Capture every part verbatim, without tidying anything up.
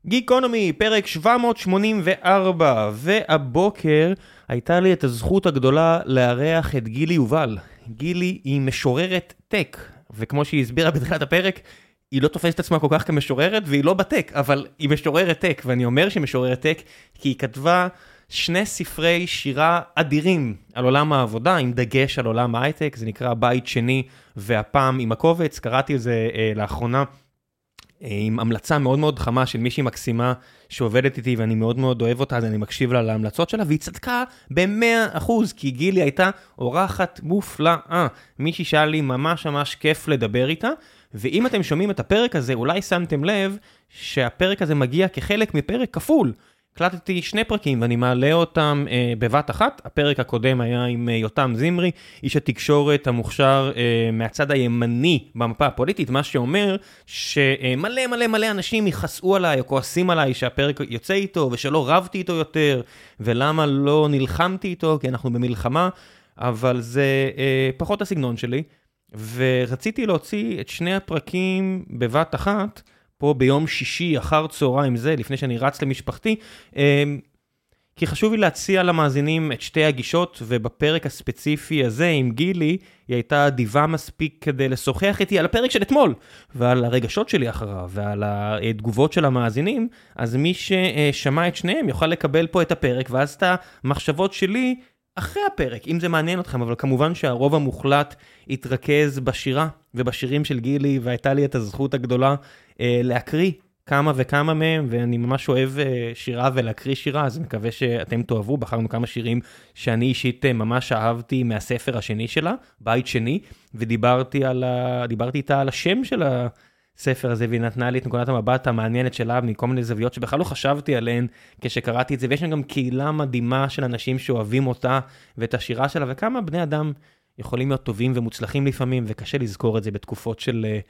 גיקונומי, פרק שבע מאות שמונים וארבע, והבוקר הייתה לי את הזכות הגדולה לארח את גילי יובל. גילי היא משוררת טק, וכמו שהיא הסבירה בתחילת הפרק, היא לא תופסת עצמה כל כך כמשוררת, והיא לא בטק, אבל היא משוררת טק, ואני אומר שהיא משוררת טק, כי היא כתבה שני ספרי שירה אדירים על עולם העבודה, עם דגש על עולם ההייטק, זה נקרא בית שני, והפעם עם הקובץ, קראתי את זה אה, לאחרונה, עם המלצה מאוד מאוד חמה של מישהי מקסימה שעובדת איתי ואני מאוד מאוד אוהב אותה, אז אני מקשיב לה להמלצות שלה, והיא צדקה ב-מאה אחוז, כי גילי הייתה אורחת מופלאה. מישהי שאל לי ממש ממש כיף לדבר איתה, ואם אתם שומעים את הפרק הזה, אולי שמתם לב שהפרק הזה מגיע כחלק מפרק כפול. הקלטתי שני פרקים ואני מעלה אותם אה, בבת אחת. הפרק הקודם היה עם אה, יותם זמרי, איש התקשורת המוכשר אה, מהצד הימני במפה הפוליטית, מה שאומר שמלא מלא מלא אנשים יחסו עליי או כועסים עליי שהפרק יוצא איתו ושלא רבתי איתו יותר, ולמה לא נלחמתי איתו, כי אנחנו במלחמה, אבל זה אה, פחות הסגנון שלי, ורציתי להוציא את שני הפרקים בבת אחת, פה ביום שישי אחר צהריים זה, לפני שאני רץ למשפחתי, כי חשוב לי להציע למאזינים את שתי הגישות, ובפרק הספציפי הזה עם גילי, היא הייתה דיבה מספיק כדי לשוחח איתי על הפרק של אתמול, ועל הרגשות שלי אחריו, ועל התגובות של המאזינים, אז מי ששמע את שניהם יוכל לקבל פה את הפרק, ואז את המחשבות שלי אחרי הפרק, אם זה מעניין אתכם, אבל כמובן שהרוב המוחלט יתרכז בשירה ובשירים של גילי, והייתה לי את הזכות הגדולה אה, להקריא כמה וכמה מהם, ואני ממש אוהב אה, שירה ולהקריא שירה, אז אני מקווה שאתם תאהבו. בחרנו כמה שירים שאני אישית אה, ממש אהבתי מהספר השני שלה, בית שני, ודיברתי על ה... דיברתי איתה על השם של הספר הזה, והיא נתנה לי את נקודת המבט המעניינת שלה, מכל מיני זוויות שבכלל לא חשבתי עליהן כשקראתי את זה, ויש גם קהילה מדהימה של אנשים שאוהבים אותה ואת השירה שלה, וכמה בני אדם יכולים להיות טובים ומוצלחים לפעמים, וקשה לזכור את זה בתקופות של uh,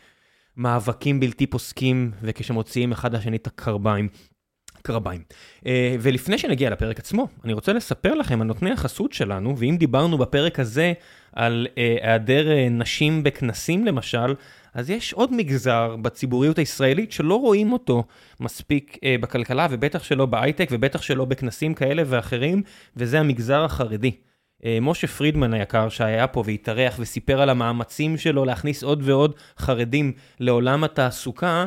מאבקים בלתי פוסקים, וכשמוציאים אחד השני את הקרביים. קרביים. Uh, ולפני שנגיע לפרק עצמו, אני רוצה לספר לכם על נותני החסות שלנו, ואם דיברנו בפרק הזה על uh, היעדר uh, נשים בכנסים למשל, אז יש עוד מגזר בציבוריות הישראלית שלא רואים אותו מספיק uh, בכלכלה, ובטח שלא בהייטק, ובטח שלא בכנסים כאלה ואחרים, וזה המגזר החרדי. משה פרידמן היקר שהיה פה והתארח וסיפר על המאמצים שלו להכניס עוד ועוד חרדים לעולם התעסוקה,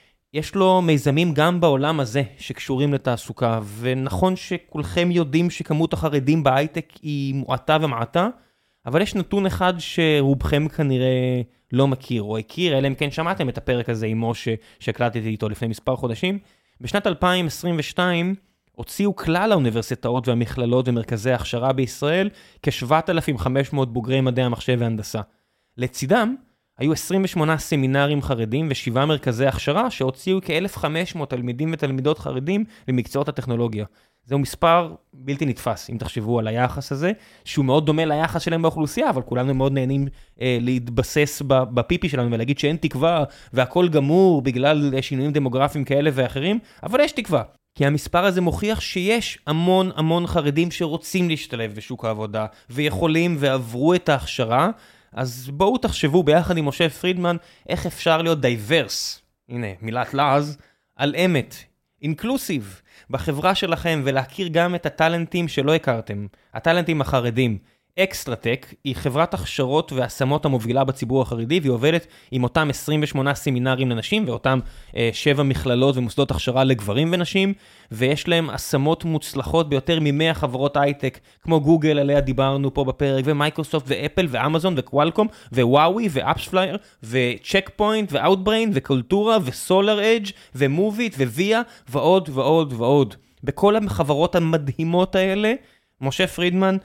יש לו מיזמים גם בעולם הזה שקשורים לתעסוקה, ונכון שכולכם יודעים שכמות החרדים בהייטק היא מועטה ומעטה, אבל יש נתון אחד שרובכם כנראה לא מכיר או הכיר, אלא אם כן שמעתם את הפרק הזה עם משה שהקלטתי איתו לפני מספר חודשים. בשנת אלפיים עשרים ושתיים הוציאו כלל האוניברסיטאות והמכללות ומרכזי ההכשרה בישראל כ-שבעת אלפים וחמש מאות בוגרי מדעי המחשב והנדסה. לצידם היו עשרים ושמונה סמינרים חרדים ושבעה מרכזי הכשרה שהוציאו כ-אלף וחמש מאות תלמידים ותלמידות חרדים למקצועות הטכנולוגיה. זהו מספר בלתי נתפס, אם תחשבו על היחס הזה, שהוא מאוד דומה ליחס שלהם באוכלוסייה, אבל כולנו מאוד נהנים אה, להתבסס בפיפי שלנו ולהגיד שאין תקווה והכל גמור בגלל שינויים דמוגרפיים כאלה ואחרים, אבל יש תקווה. כי המספר הזה מוכיח שיש המון המון חרדים שרוצים להשתלב בשוק העבודה, ויכולים ועברו את ההכשרה, אז בואו תחשבו ביחד עם משה פרידמן, איך אפשר להיות דייברס, הנה מילת לעז, על אמת, אינקלוסיב, בחברה שלכם, ולהכיר גם את הטלנטים שלא הכרתם, הטלנטים החרדים. אקסטרטק היא חברת הכשרות והשמות המובילה בציבור החרדי, והיא עובדת עם אותם עשרים ושמונה סמינרים לנשים, ואותם אה, שבע מכללות ומוסדות הכשרה לגברים ונשים, ויש להם השמות מוצלחות ביותר מ-מאה חברות הייטק, כמו גוגל עליה דיברנו פה בפרק, ומייקרוסופט ואפל ואמזון וקוואלקום, ווואוי ואפספלייר, וצ'ק פוינט ואוטבריין וקולטורה וסולר אדג' ומוביט וויה, ועוד ועוד ועוד. בכל החברות המדהימות האלה, משה פרידמן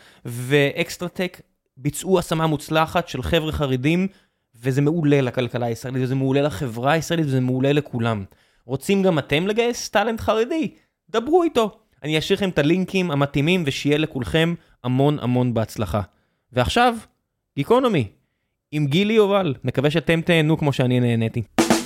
ואקסטרטק ביצעו השמה מוצלחת של חבר'ה חרדים, וזה מעולה לכלכלה הישראלית, וזה מעולה לחברה הישראלית, וזה מעולה לכולם. רוצים גם אתם לגייס טלנט חרדי? דברו איתו. אני אשאיר לכם את הלינקים המתאימים, ושיהיה לכולכם המון המון בהצלחה. ועכשיו, גיקונומי, עם גילי יובל. מקווה שאתם תהנו כמו שאני נהניתי.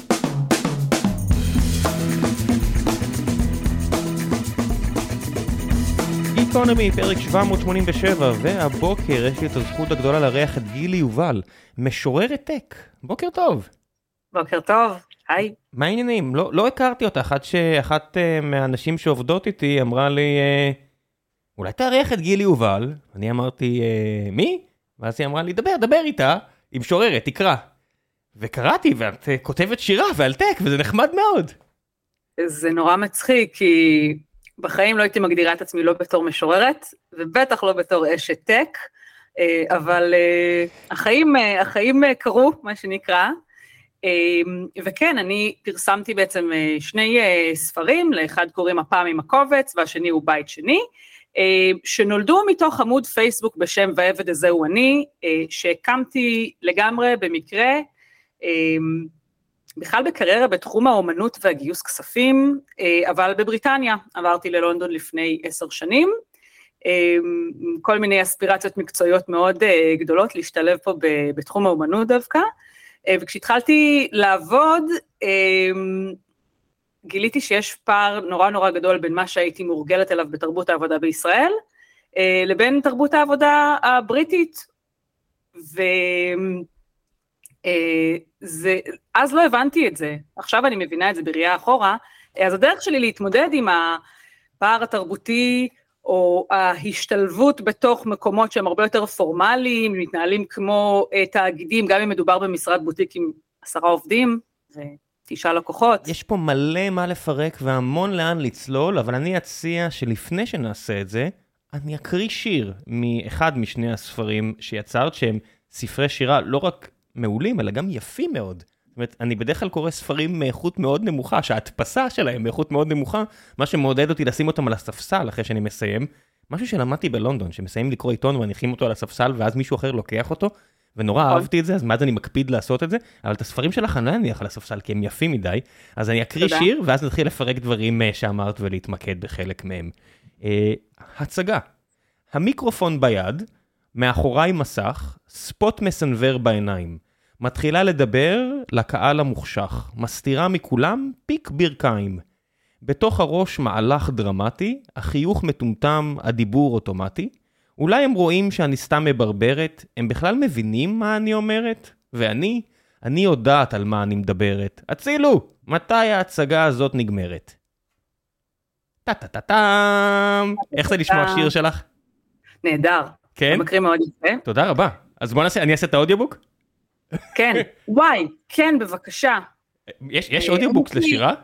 גיקונומי, פרק שבע מאות שמונים ושבע, והבוקר יש לי את הזכות הגדולה לארח את גילי יובל, משוררת טק. בוקר טוב. בוקר טוב, היי. מה העניינים? לא, לא הכרתי אותך, עד שאחת uh, מהאנשים שעובדות איתי אמרה לי, uh, אולי תארח את גילי יובל? אני אמרתי, uh, מי? ואז היא אמרה לי, דבר, דבר איתה, היא משוררת, תקרא. וקראתי, ואת uh, כותבת שירה ועל טק, וזה נחמד מאוד. זה נורא מצחיק, כי בחיים לא הייתי מגדירה את עצמי לא בתור משוררת, ובטח לא בתור אשת טק, אבל החיים, החיים קרו, מה שנקרא, וכן, אני פרסמתי בעצם שני ספרים, לאחד קוראים הפעם עם הקובץ, והשני הוא בית שני, שנולדו מתוך עמוד פייסבוק בשם והעבד הזה הוא אני, שהקמתי לגמרי במקרה, בכלל בקריירה בתחום האומנות והגיוס כספים, אבל בבריטניה, עברתי ללונדון לפני עשר שנים, כל מיני אספירציות מקצועיות מאוד גדולות להשתלב פה בתחום האומנות דווקא, וכשהתחלתי לעבוד, גיליתי שיש פער נורא נורא גדול בין מה שהייתי מורגלת אליו בתרבות העבודה בישראל, לבין תרבות העבודה הבריטית, ו... זה, אז לא הבנתי את זה, עכשיו אני מבינה את זה בראייה אחורה, אז הדרך שלי להתמודד עם הפער התרבותי, או ההשתלבות בתוך מקומות שהם הרבה יותר פורמליים, מתנהלים כמו תאגידים, גם אם מדובר במשרד בוטיק עם עשרה עובדים, ותשעה לקוחות. יש פה מלא מה לפרק והמון לאן לצלול, אבל אני אציע שלפני שנעשה את זה, אני אקריא שיר מאחד משני הספרים שיצרת, שהם ספרי שירה לא רק מעולים, אלא גם יפים מאוד. זאת אומרת, אני בדרך כלל קורא ספרים מאיכות מאוד נמוכה, שההדפסה שלהם מאיכות מאוד נמוכה, מה שמעודד אותי לשים אותם על הספסל אחרי שאני מסיים, משהו שלמדתי בלונדון, שמסיים לקרוא עיתון ומניחים אותו על הספסל, ואז מישהו אחר לוקח אותו, ונורא אהבתי את זה, אז מאז אני מקפיד לעשות את זה, אבל את הספרים שלך אני לא אניח על הספסל, כי הם יפים מדי, אז אני אקריא שיר, ואז נתחיל לפרק דברים שאמרת ולהתמקד בחלק מהם. הצגה. המיקרופון ביד, מאחוריי מסך, ספוט מסנבר בעיניים. מתחילה לדבר לקהל המוחשך, מסתירה מכולם פיק ברכיים. בתוך הראש מהלך דרמטי, החיוך מטומטם, הדיבור אוטומטי. אולי הם רואים שאני סתם מברברת, הם בכלל מבינים מה אני אומרת? ואני, אני יודעת על מה אני מדברת. הצילו, מתי ההצגה הזאת נגמרת? טה-טה-טה-טם! איך זה לשמוע השיר שלך? נהדר. כן? אתה מקריא מאוד יפה. תודה רבה. אז בוא נעשה, אני אעשה את האודיובוק? כן, וואי, כן, בבקשה. יש, יש אודיובוקס לשירה?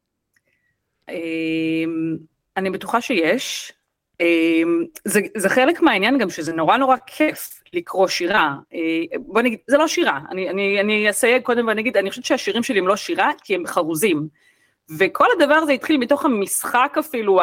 אני בטוחה שיש. זה, זה חלק מהעניין גם שזה נורא נורא כיף לקרוא שירה. בוא נגיד, זה לא שירה. אני, אני, אני אסייג קודם ואני אגיד, אני חושבת שהשירים שלי הם לא שירה, כי הם חרוזים. וכל הדבר הזה התחיל מתוך המשחק אפילו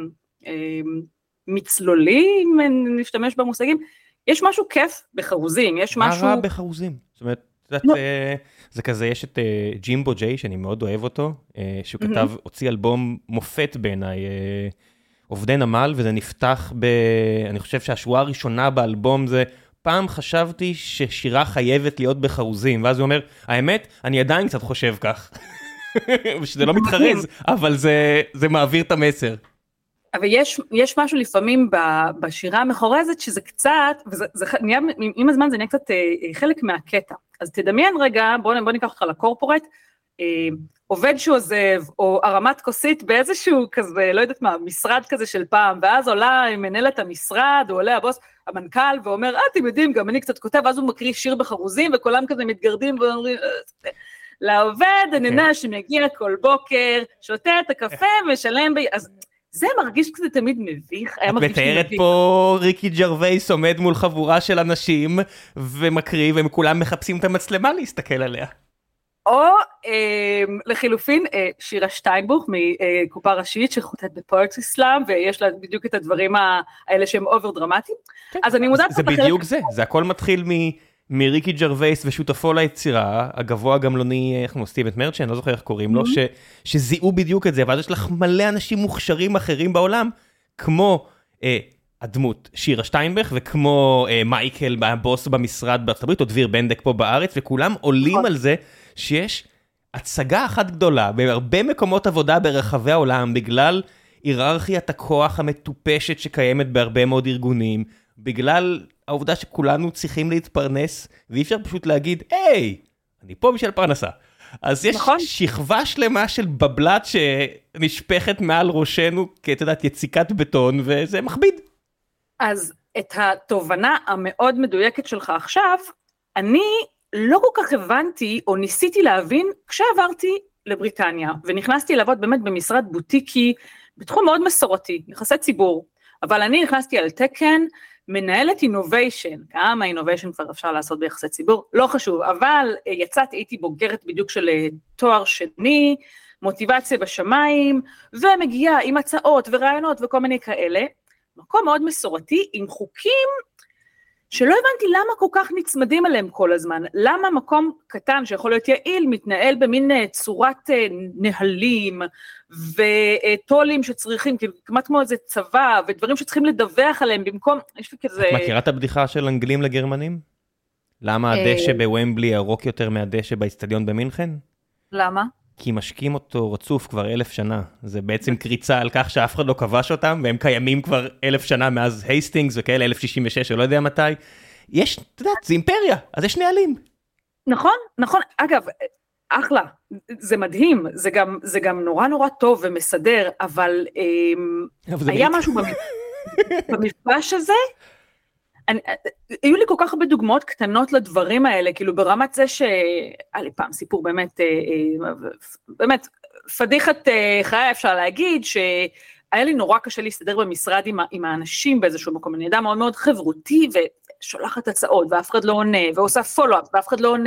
המצלולי, אם נשתמש במושגים, יש משהו כיף בחרוזים, יש משהו... מה רע בחרוזים? זאת אומרת, זה כזה, יש את ג'ימבו ג'יי, שאני מאוד אוהב אותו, שהוא כתב, הוציא אלבום מופת בעיניי, עובדי נמל, וזה נפתח ב... אני חושב שהשורה הראשונה באלבום זה, פעם חשבתי ששירה חייבת להיות בחרוזים, ואז הוא אומר, האמת, אני עדיין קצת חושב כך. ושזה לא מתחרז, אבל זה, זה מעביר את המסר. אבל יש, יש משהו לפעמים בשירה המחורזת, שזה קצת, וזה, זה נהיה, עם הזמן זה נהיה קצת אה, חלק מהקטע. אז תדמיין רגע, בוא, בוא ניקח אותך לקורפורט, אה, עובד שעוזב, או הרמת כוסית באיזשהו כזה, לא יודעת מה, משרד כזה של פעם, ואז עולה מנהלת המשרד, או עולה הבוס, המנכ"ל, ואומר, אה, אתם יודעים, גם אני קצת כותב, ואז הוא מקריא שיר בחרוזים, וכולם כזה מתגרדים, ואומרים, לעובד, הננה שמגיע כל בוקר, שותה את הקפה, משלם ב... אז זה מרגיש כזה תמיד מביך. את מתארת פה ריקי ג'רווייס עומד מול חבורה של אנשים, ומקריא, והם כולם מחפשים את המצלמה להסתכל עליה. או לחילופין, שירה שטיינבוך, מקופה ראשית, שחוטאת בפואטרי סלאם, ויש לה בדיוק את הדברים האלה שהם אובר דרמטיים. אז אני מודעת... זה בדיוק זה, זה הכל מתחיל מ... מריקי ג'רווייס ושותפו ליצירה, הגבוה הגמלוני, איך הוא סטיבן מרצ'ן, לא זוכר איך קוראים לו, שזיהו בדיוק את זה, ואז יש לך מלא אנשים מוכשרים אחרים בעולם, כמו הדמות שירה שטיינבך, וכמו מייקל, הבוס במשרד בארצות הברית, או דביר בנדק פה בארץ, וכולם עולים על זה שיש הצגה אחת גדולה, בהרבה מקומות עבודה ברחבי העולם, בגלל היררכיית הכוח המטופשת שקיימת בהרבה מאוד ארגונים, בגלל העובדה שכולנו צריכים להתפרנס, ואי אפשר פשוט להגיד, היי, אני פה בשביל פרנסה. אז יש נכון? שכבה שלמה של בבלת שנשפכת מעל ראשנו, כאת יודעת, יציקת בטון, וזה מכביד. אז את התובנה המאוד מדויקת שלך עכשיו, אני לא כל כך הבנתי, או ניסיתי להבין, כשעברתי לבריטניה, ונכנסתי לעבוד באמת במשרד בוטיקי, בתחום מאוד מסורתי, יחסי ציבור, אבל אני נכנסתי על תקן, מנהלת אינוביישן, כמה אינוביישן כבר אפשר לעשות ביחסי ציבור, לא חשוב, אבל יצאתי, הייתי בוגרת בדיוק של תואר שני, מוטיבציה בשמיים, ומגיעה עם הצעות ורעיונות וכל מיני כאלה, מקום מאוד מסורתי, עם חוקים שלא הבנתי למה כל כך נצמדים עליהם כל הזמן, למה מקום קטן שיכול להיות יעיל, מתנהל במין צורת נהלים, וטולים שצריכים, כמעט כמו איזה צבא, ודברים שצריכים לדווח עליהם, במקום, יש לי כזה... את מכירה את הבדיחה של אנגלים לגרמנים? למה הדשא בוומבלי ירוק יותר מהדשא באצטדיון במינכן? למה? כי משקים אותו רצוף כבר אלף שנה. זה בעצם קריצה על כך שאף אחד לא כבש אותם, והם קיימים כבר אלף שנה מאז הייסטינגס וכאלה, אלף שישים ושש, לא יודע מתי. יש, אתה יודע, זה אימפריה, אז יש נהלים. נכון, נכון. אגב, אחלה, זה מדהים, זה גם, זה גם נורא נורא טוב ומסדר, אבל, אבל היה משהו במפגש הזה, אני, היו לי כל כך הרבה דוגמאות קטנות לדברים האלה, כאילו ברמת זה שהיה לי פעם סיפור באמת, באמת, פדיחת חיי אפשר להגיד, שהיה לי נורא קשה להסתדר במשרד עם, עם האנשים באיזשהו מקום, אני ידע מאוד מאוד חברותי, ושולחת הצעות, ואף אחד לא עונה, ועושה פולו-אפ, ואף אחד לא עונה,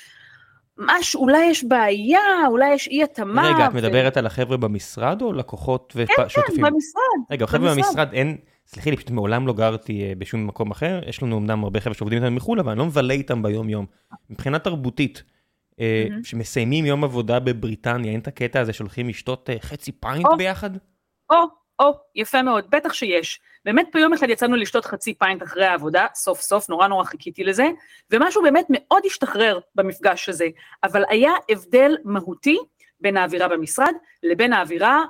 משהו, אולי יש בעיה, אולי יש אי התאמה. רגע, את מדברת על החבר'ה במשרד, או לקוחות ושותפים? כן, כן, במשרד. רגע, החבר'ה במשרד אין... סליחי לי, פשוט מעולם לא גרתי בשום מקום אחר, יש לנו אמנם הרבה חבר'ה שעובדים איתם מחול, אבל אני לא מבלה איתם ביום יום. מבחינה תרבותית, שמסיימים יום עבודה בבריטניה, אין את הקטע הזה שהולכים לשתות חצי פיינט ביחד? או, או, יפה מאוד, בטח שיש. באמת ביום אחד יצאנו לשתות חצי פיינט אחרי העבודה, סוף סוף, נורא נורא חיכיתי לזה, ומשהו באמת מאוד השתחרר במפגש הזה, אבל היה הבדל מהותי בין האווירה במשרד, לבין האווירה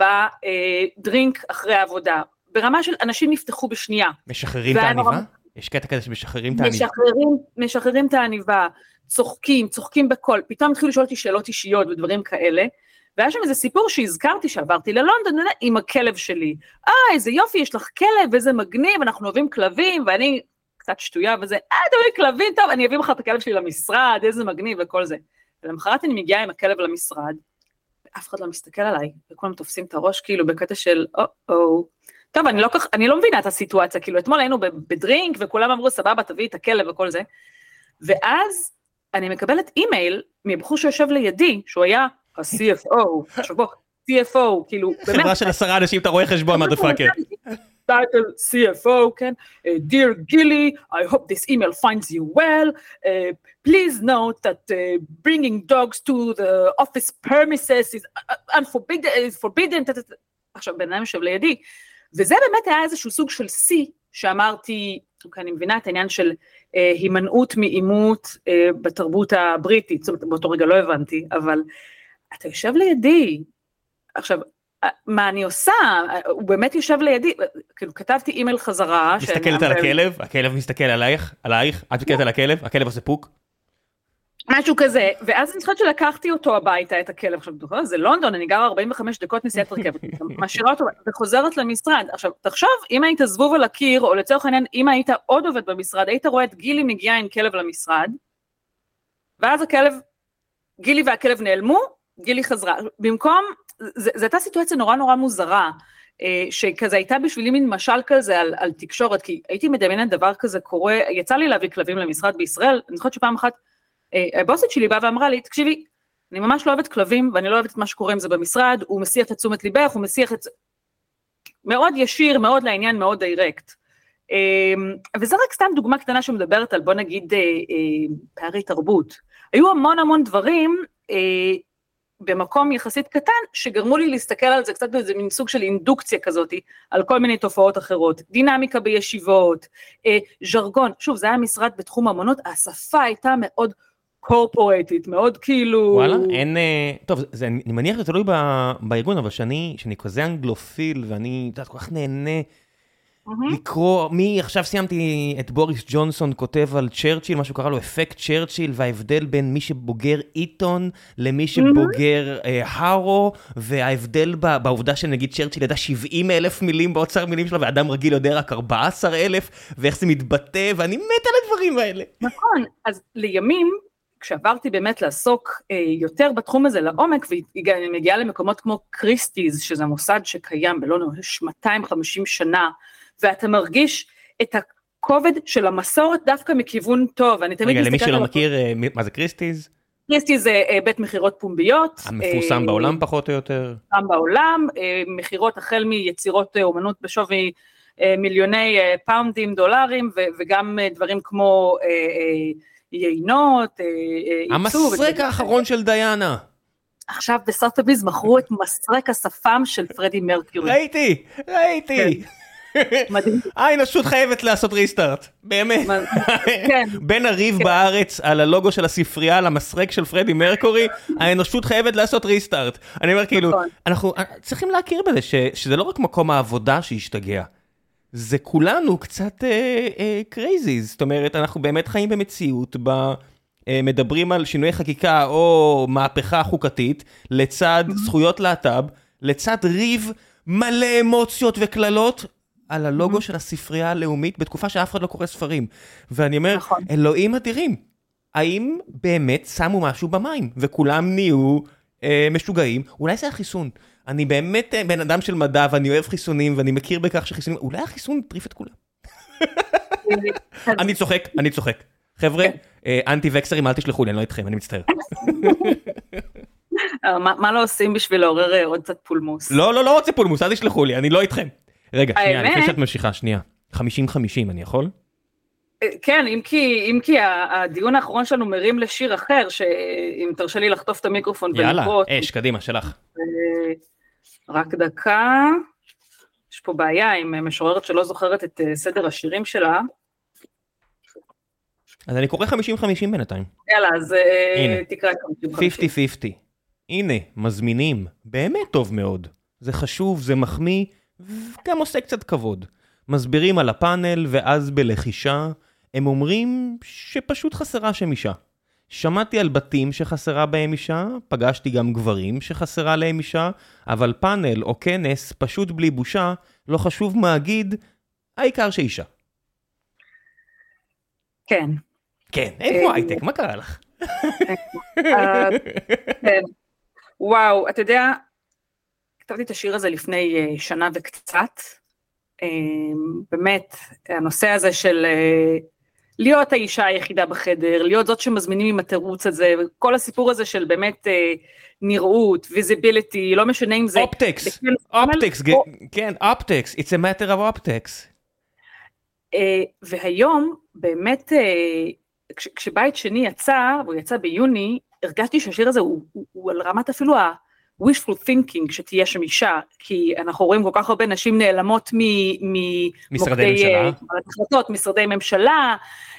בדרינק אחרי העבודה. ברמה של אנשים נפתחו בשנייה. משחררים את העניבה? יש קטע כזה שמשחררים את העניבה? משחררים, משחררים את העניבה, צוחקים, צוחקים בכל, פתאום התחילו לשאול אותי שאלות אישיות ודברים כאלה, והיה שם איזה סיפור שהזכרתי שעברתי ללונדון עם הכלב שלי. אה, איזה יופי, יש לך כלב, איזה מגניב, אנחנו אוהבים כלבים, ואני קצת שטויה וזה, אה, אתה אוהב כלבים, טוב, אני אביא לך את הכלב שלי למשרד, איזה מגניב וכל זה. ולמחרת אני מגיעה עם הכלב למשרד, ואף אחד לא מסתכל עליי, וכולם תופסים את הראש כאילו בקטע של, או-או, טוב, אני לא, כך, אני לא מבינה את הסיטואציה, כאילו אתמול היינו בדרינק, וכולם אמרו, סבבה, תביא את הכלב וכל זה, ואז אני מקבלת אימייל, מבחור שיושב לידי, שהוא היה ה-סי אף או, עכשיו בוא, סי אף או, כאילו, באמת. חברה של עשרה אנשים, אתה רואה חשבון, מודפאקר. טייטל, סי אף או, כן, Dear Gilly, I hope this email finds you well, uh, please note that uh, bringing dogs to the office premises is unforbidden, is forbidden, עכשיו, ביניים יושב לידי, וזה באמת היה איזשהו סוג של סי, שאמרתי, אוקיי, אני מבינה את העניין של אה, הימנעות מאימות אה, בתרבות הבריטית, זאת אומרת, באותו רגע לא הבנתי, אבל אתה יושב לידי, עכשיו, מה אני עושה? הוא באמת יושב לידי, כאילו, כתבתי אימייל חזרה. מסתכלת על הכלב, הכלב מסתכל עלייך, עלייך, את מסתכלת על הכלב, הכלב עושה פוק. משהו כזה, ואז אני חושבת שלקחתי אותו הביתה, את הכלב, עכשיו, זה לונדון, אני גרה ארבעים וחמש דקות נסיעת רכבת, משאירה אותו, וחוזרת למשרד, עכשיו, תחשוב, אם היית זבוב על הקיר, או לצורך העניין, אם היית עוד עובד במשרד, היית רואה את גילי מגיעה עם כלב למשרד, ואז הכלב, גילי והכלב נעלמו, גילי חזרה, במקום, זו הייתה סיטואציה נורא נורא מוזרה, שכזה הייתה בשבילי מין משל כזה על, על תקשורת, כי הייתי מדמיינת דבר כזה קורה, יצא לי להביא כלבים למשרד בישראל, אני זוכרת שפעם אחת, הבוסית שלי באה ואמרה לי, תקשיבי, אני ממש לא אוהבת כלבים, ואני לא אוהבת את מה שקורה עם זה במשרד, הוא מסיח את תשומת ליבך, הוא מסיח את זה, מאוד ישיר, מאוד לעניין, מאוד דיירקט. וזה רק סתם דוגמה קטנה שמדברת על, בוא נגיד, פערי תרבות. היו המון המון דברים, במקום יחסית קטן, שגרמו לי להסתכל על זה קצת באיזה מין סוג של אינדוקציה כזאת, על כל מיני תופעות אחרות, דינמיקה בישיבות, ז'רגון, שוב, זה היה משרד בתחום האמנות, השפה הייתה מאוד קורפורטית, מאוד כאילו... וואלה, אין... טוב, זה, אני מניח שזה תלוי בארגון, אבל שאני, שאני כזה אנגלופיל, ואני, אתה יודע, כל כך נהנה לקרוא, מי, עכשיו סיימתי את בוריס ג'ונסון כותב על צ'רצ'יל, מה שהוא קרא לו אפקט צ'רצ'יל, וההבדל בין מי שבוגר איתון למי שבוגר הרו, וההבדל בעובדה שנגיד צ'רצ'יל ידע שבעים אלף מילים באוצר מילים שלו, ואדם רגיל יודע רק ארבעה עשר אלף, ואיך זה מתבטא, ואני מת על הדברים האלה. נכון, אז לימים, כשעברתי באמת לעסוק אה, יותר בתחום הזה לעומק, ואני מגיעה למקומות כמו קריסטיז, שזה מוסד שקיים בלונדון, יש מאתיים וחמישים שנה, ואתה מרגיש את הכובד של המסורת דווקא מכיוון טוב. אני תמיד רגע, למי שלא על... מכיר, מה זה קריסטיז? קריסטיז זה אה, בית מחירות פומביות. המפורסם אה, בעולם פחות או יותר. גם בעולם, אה, מחירות החל מיצירות אה, אומנות בשווי אה, מיליוני אה, פאונדים, דולרים, ו- וגם אה, דברים כמו... אה, אה, יינות, המסרק האחרון של דיאנה. עכשיו בסוטביז מכרו את מסרק השפם של פרדי מרקיורי. ראיתי, ראיתי. מדהים. האנושות חייבת לעשות ריסטארט, באמת. בין הריב בארץ על הלוגו של הספרייה למסרק של פרדי מרקורי, האנושות חייבת לעשות ריסטארט. אני אומר כאילו, אנחנו צריכים להכיר בזה שזה לא רק מקום העבודה שהשתגע. זה כולנו קצת קרייזי, אה, אה, זאת אומרת, אנחנו באמת חיים במציאות, בה, אה, מדברים על שינוי חקיקה או מהפכה חוקתית, לצד mm-hmm. זכויות להט"ב, לצד ריב מלא אמוציות וכללות, על הלוגו mm-hmm. של הספרייה הלאומית, בתקופה שאף אחד לא קורא ספרים. ואני אומר, נכון. אלוהים אדירים, האם באמת שמו משהו במים, וכולם נהיו אה, משוגעים? אולי זה החיסון. אני באמת בן אדם של מדע, ואני אוהב חיסונים, ואני מכיר בכך שחיסונים, אולי החיסון טריף את כולם. אני צוחק, אני צוחק. חבר'ה, אנטי וקסרים, אל תשלחו לי, אני לא איתכם, אני מצטער. מה לא עושים בשביל לעורר עוד קצת פולמוס? לא, לא, לא רוצה פולמוס, אל תשלחו לי, אני לא איתכם. רגע, שנייה, לפני שאת ממשיכה, שנייה. חמישים חמישים, אני יכול? כן, אם כי, אם כי הדיון האחרון שלנו מרים לשיר אחר, שאם תרשה לי לחטוף את המיקרופון ולקרות. יאללה, אש, קדימה, שלך. רק דקה, יש פה בעיה עם משוררת שלא זוכרת את סדר השירים שלה. אז אני קורא חמישים חמישים בינתיים. יאללה, אז תקרא חמישים חמישים. חמישים חמישים. הנה, מזמינים, באמת טוב מאוד. זה חשוב, זה מחמיא, וגם עושה קצת כבוד. מסבירים על הפאנל, ואז בלחישה, הם אומרים שפשוט חסרה שם אישה. שמעתי על בתים שחסרה בהם אישה, פגשתי גם גברים שחסרה להם אישה, אבל פאנל או כנס, פשוט בלי בושה, לא חשוב מה אגיד, העיקר שאישה. כן. כן, אין כמו הייטק, מה קרה לך? כן. וואו, אתה יודע, כתבתי את השיר הזה לפני שנה וקצת, באמת, הנושא הזה של להיות האישה היחידה בחדר, להיות זאת שמזמינים עם התירוץ הזה, כל הסיפור הזה של באמת נראות, visibility, לא משנה אם זה... אופטקס, אופטקס, כן, אופטקס, it's a matter of optics. והיום, באמת, כשבית שני יצא, והוא יצא ביוני, הרגשתי שהשיר הזה הוא על רמת אפילו ה... wishful thinking שתהיה שם אישה, כי אנחנו רואים כל כך הרבה נשים נעלמות משרדי ממשלה, החלטות, משרדי ממשלה,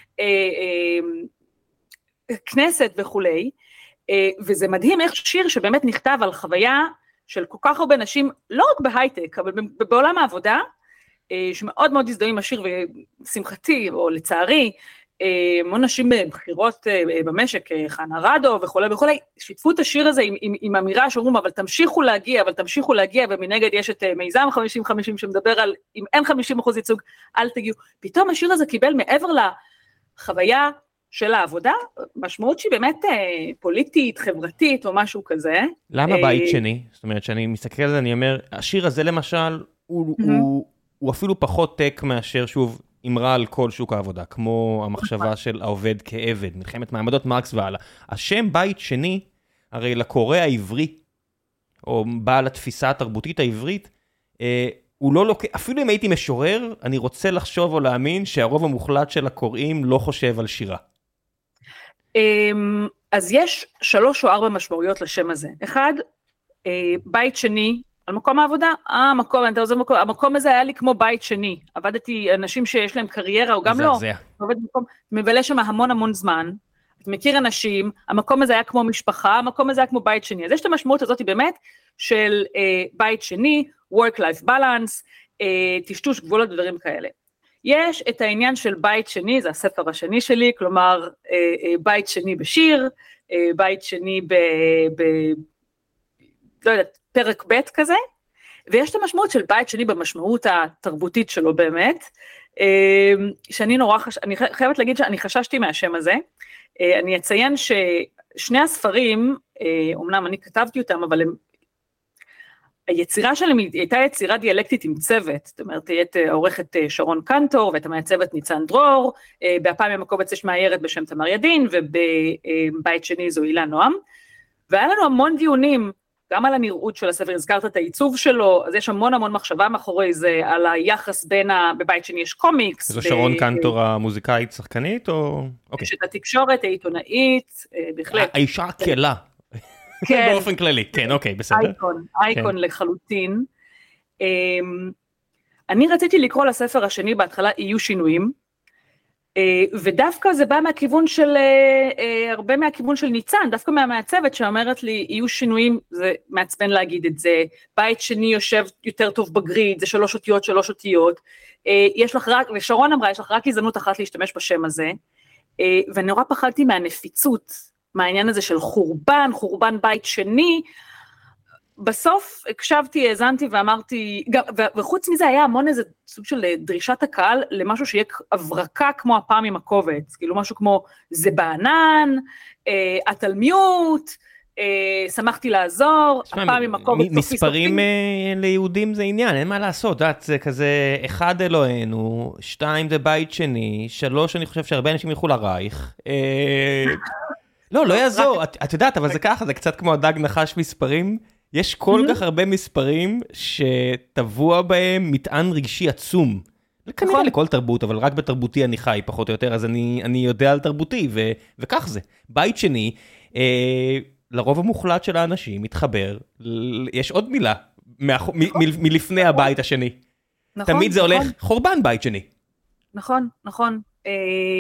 כנסת וכולי, וזה מדהים איך שיר שבאמת נכתב על חוויה של כל כך הרבה נשים, לא רק בהייטק, אבל בעולם העבודה, שמאוד מאוד הזדהים עם השיר, ושמחתי, או לצערי, המון נשים בבחירות במשק, חנה רדו וכו' וכו', שיתפו את השיר הזה עם, עם, עם אמירה שאומרים, אבל תמשיכו להגיע, אבל תמשיכו להגיע, ומנגד יש את מיזם חמישים חמישים שמדבר על, אם אין חמישים אחוז ייצוג, אל תגיעו. פתאום השיר הזה קיבל מעבר לחוויה של העבודה, משמעות שהיא באמת פוליטית, חברתית או משהו כזה. למה בית שני? זאת אומרת, שאני מסתכל על זה, אני אומר, השיר הזה למשל, הוא, הוא, הוא אפילו פחות טק מאשר שוב, אמרה על כל שוק העבודה, כמו המחשבה של העובד כעבד, מלחמת מעמדות מרקס והלאה. השם בית שני, הרי לקורא העברי, או בעל התפיסה התרבותית העברית, אה, הוא לא לוקח, אפילו אם הייתי משורר, אני רוצה לחשוב או להאמין שהרוב המוחלט של הקוראים לא חושב על שירה. אז יש שלוש או ארבע משמעויות לשם הזה. אחד, בית שני, על מקום העבודה, אה, המקום, אתה עוזב מקום, המקום הזה היה לי כמו בית שני, עבדתי אנשים שיש להם קריירה, או גם לא, עובד במקום, מבלה שם המון המון זמן, אתה מכיר אנשים, המקום הזה היה כמו משפחה, המקום הזה היה כמו בית שני, אז יש את המשמעות הזאת באמת, של אה, בית שני, work-life balance, טשטוש גבולות ודברים כאלה. יש את העניין של בית שני, זה הספר השני שלי, כלומר, בית שני בשיר, בית שני ב... ב לא יודעת, פרק ב' כזה, ויש את המשמעות של בית שני במשמעות התרבותית שלו באמת, שאני נורא חש... אני חייבת להגיד שאני חששתי מהשם הזה, אני אציין ששני הספרים, אומנם אני כתבתי אותם, אבל הם... היצירה שלהם הייתה יצירה דיאלקטית עם צוות, זאת אומרת, היית עורכת שרון קנטור, ואת המעצבת ניצן דרור, בהפעם הקובץ יש מאיירת בשם תמר ידין, ובבית שני זו הילה נועם, והיה לנו המון דיונים, גם על הנראות של הספר, הזכרת את העיצוב שלו, אז יש המון המון מחשבה מאחורי זה, על היחס בין, ה... בבית שני יש קומיקס. זו שרון קנטור המוזיקאית שחקנית, או... יש את התקשורת, העיתונאית, בהחלט. האישה הכלה. כן. באופן כללי, כן, אוקיי, בסדר. אייקון, אייקון לחלוטין. אני רציתי לקרוא לספר השני בהתחלה, יהיו שינויים, ודווקא זה בא מהכיוון של, הרבה מהכיוון של ניצן, דווקא מהמעצבת שאומרת לי, יהיו שינויים, זה מעצבן להגיד את זה, בית שני יושב יותר טוב בגריד, זה שלוש אותיות, שלוש אותיות, יש לך רק, ושרון אמרה, יש לך רק הזדמנות אחת להשתמש בשם הזה, ונורא פחדתי מהנפיצות, מהעניין הזה של חורבן, חורבן בית שני, בסוף הקשבתי, האזנתי ואמרתי, גם, וחוץ מזה היה המון איזה סוג של דרישת הקהל, למשהו שיהיה הברקה כמו הפעם עם הקובץ, כאילו משהו כמו זה בענן, אה, התלמיוט, אה, שמחתי לעזור, הפעם עם הקובץ סופי סופי. מספרים אה, ליהודים זה עניין, אין מה לעשות, דעת, זה כזה, אחד אלוהינו, שתיים זה בית שני, שלוש אני חושב שהרבה אנשים ילכו לרייך, אה, לא, לא יעזור, את, את יודעת, אבל זה ככה, זה קצת כמו הדג נחש מספרים, יש כל כך הרבה מספרים שטבוע בהם מטען רגשי עצום. כנראה לכל תרבות, אבל רק בתרבותי אני חי פחות או יותר, אז אני, אני יודע על תרבותי, ו, וכך זה. בית שני, אה, לרוב המוחלט של האנשים מתחבר, יש עוד מילה, מאח, מ, מ, מלפני הבית השני. נכון, תמיד זה נכון. הולך חורבן בית שני. נכון, נכון. אה,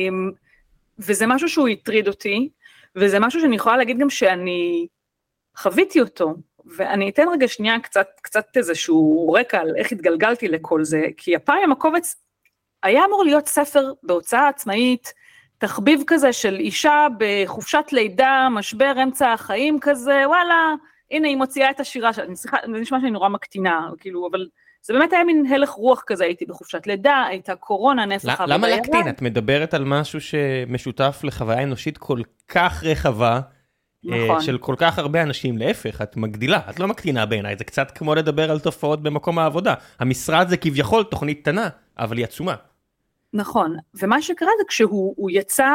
וזה משהו שהוא הטריד אותי, וזה משהו שאני יכולה להגיד גם שאני חוויתי אותו, ואני אתן רגע שנייה קצת, קצת איזשהו רקע על איך התגלגלתי לכל זה, כי הפעם עם הקובץ היה אמור להיות ספר בהוצאה עצמאית, תחביב כזה של אישה בחופשת לידה, משבר אמצע החיים כזה, וואלה, הנה היא מוציאה את השירה שלה, זה נשמע שאני נורא מקטינה, כאילו, אבל זה באמת היה מין הלך רוח כזה, הייתי בחופשת לידה, הייתה קורונה, נפח. למה להקטין? את מדברת על משהו שמשותף לחוויה אנושית כל כך רחבה, נכון. של כל כך הרבה אנשים, להפך, את מגדילה, את לא מקטינה בעיניי, זה קצת כמו לדבר על תופעות במקום העבודה. המשרד זה כביכול תוכנית קטנה, אבל היא עצומה. נכון, ומה שקרה זה כשהוא יצא,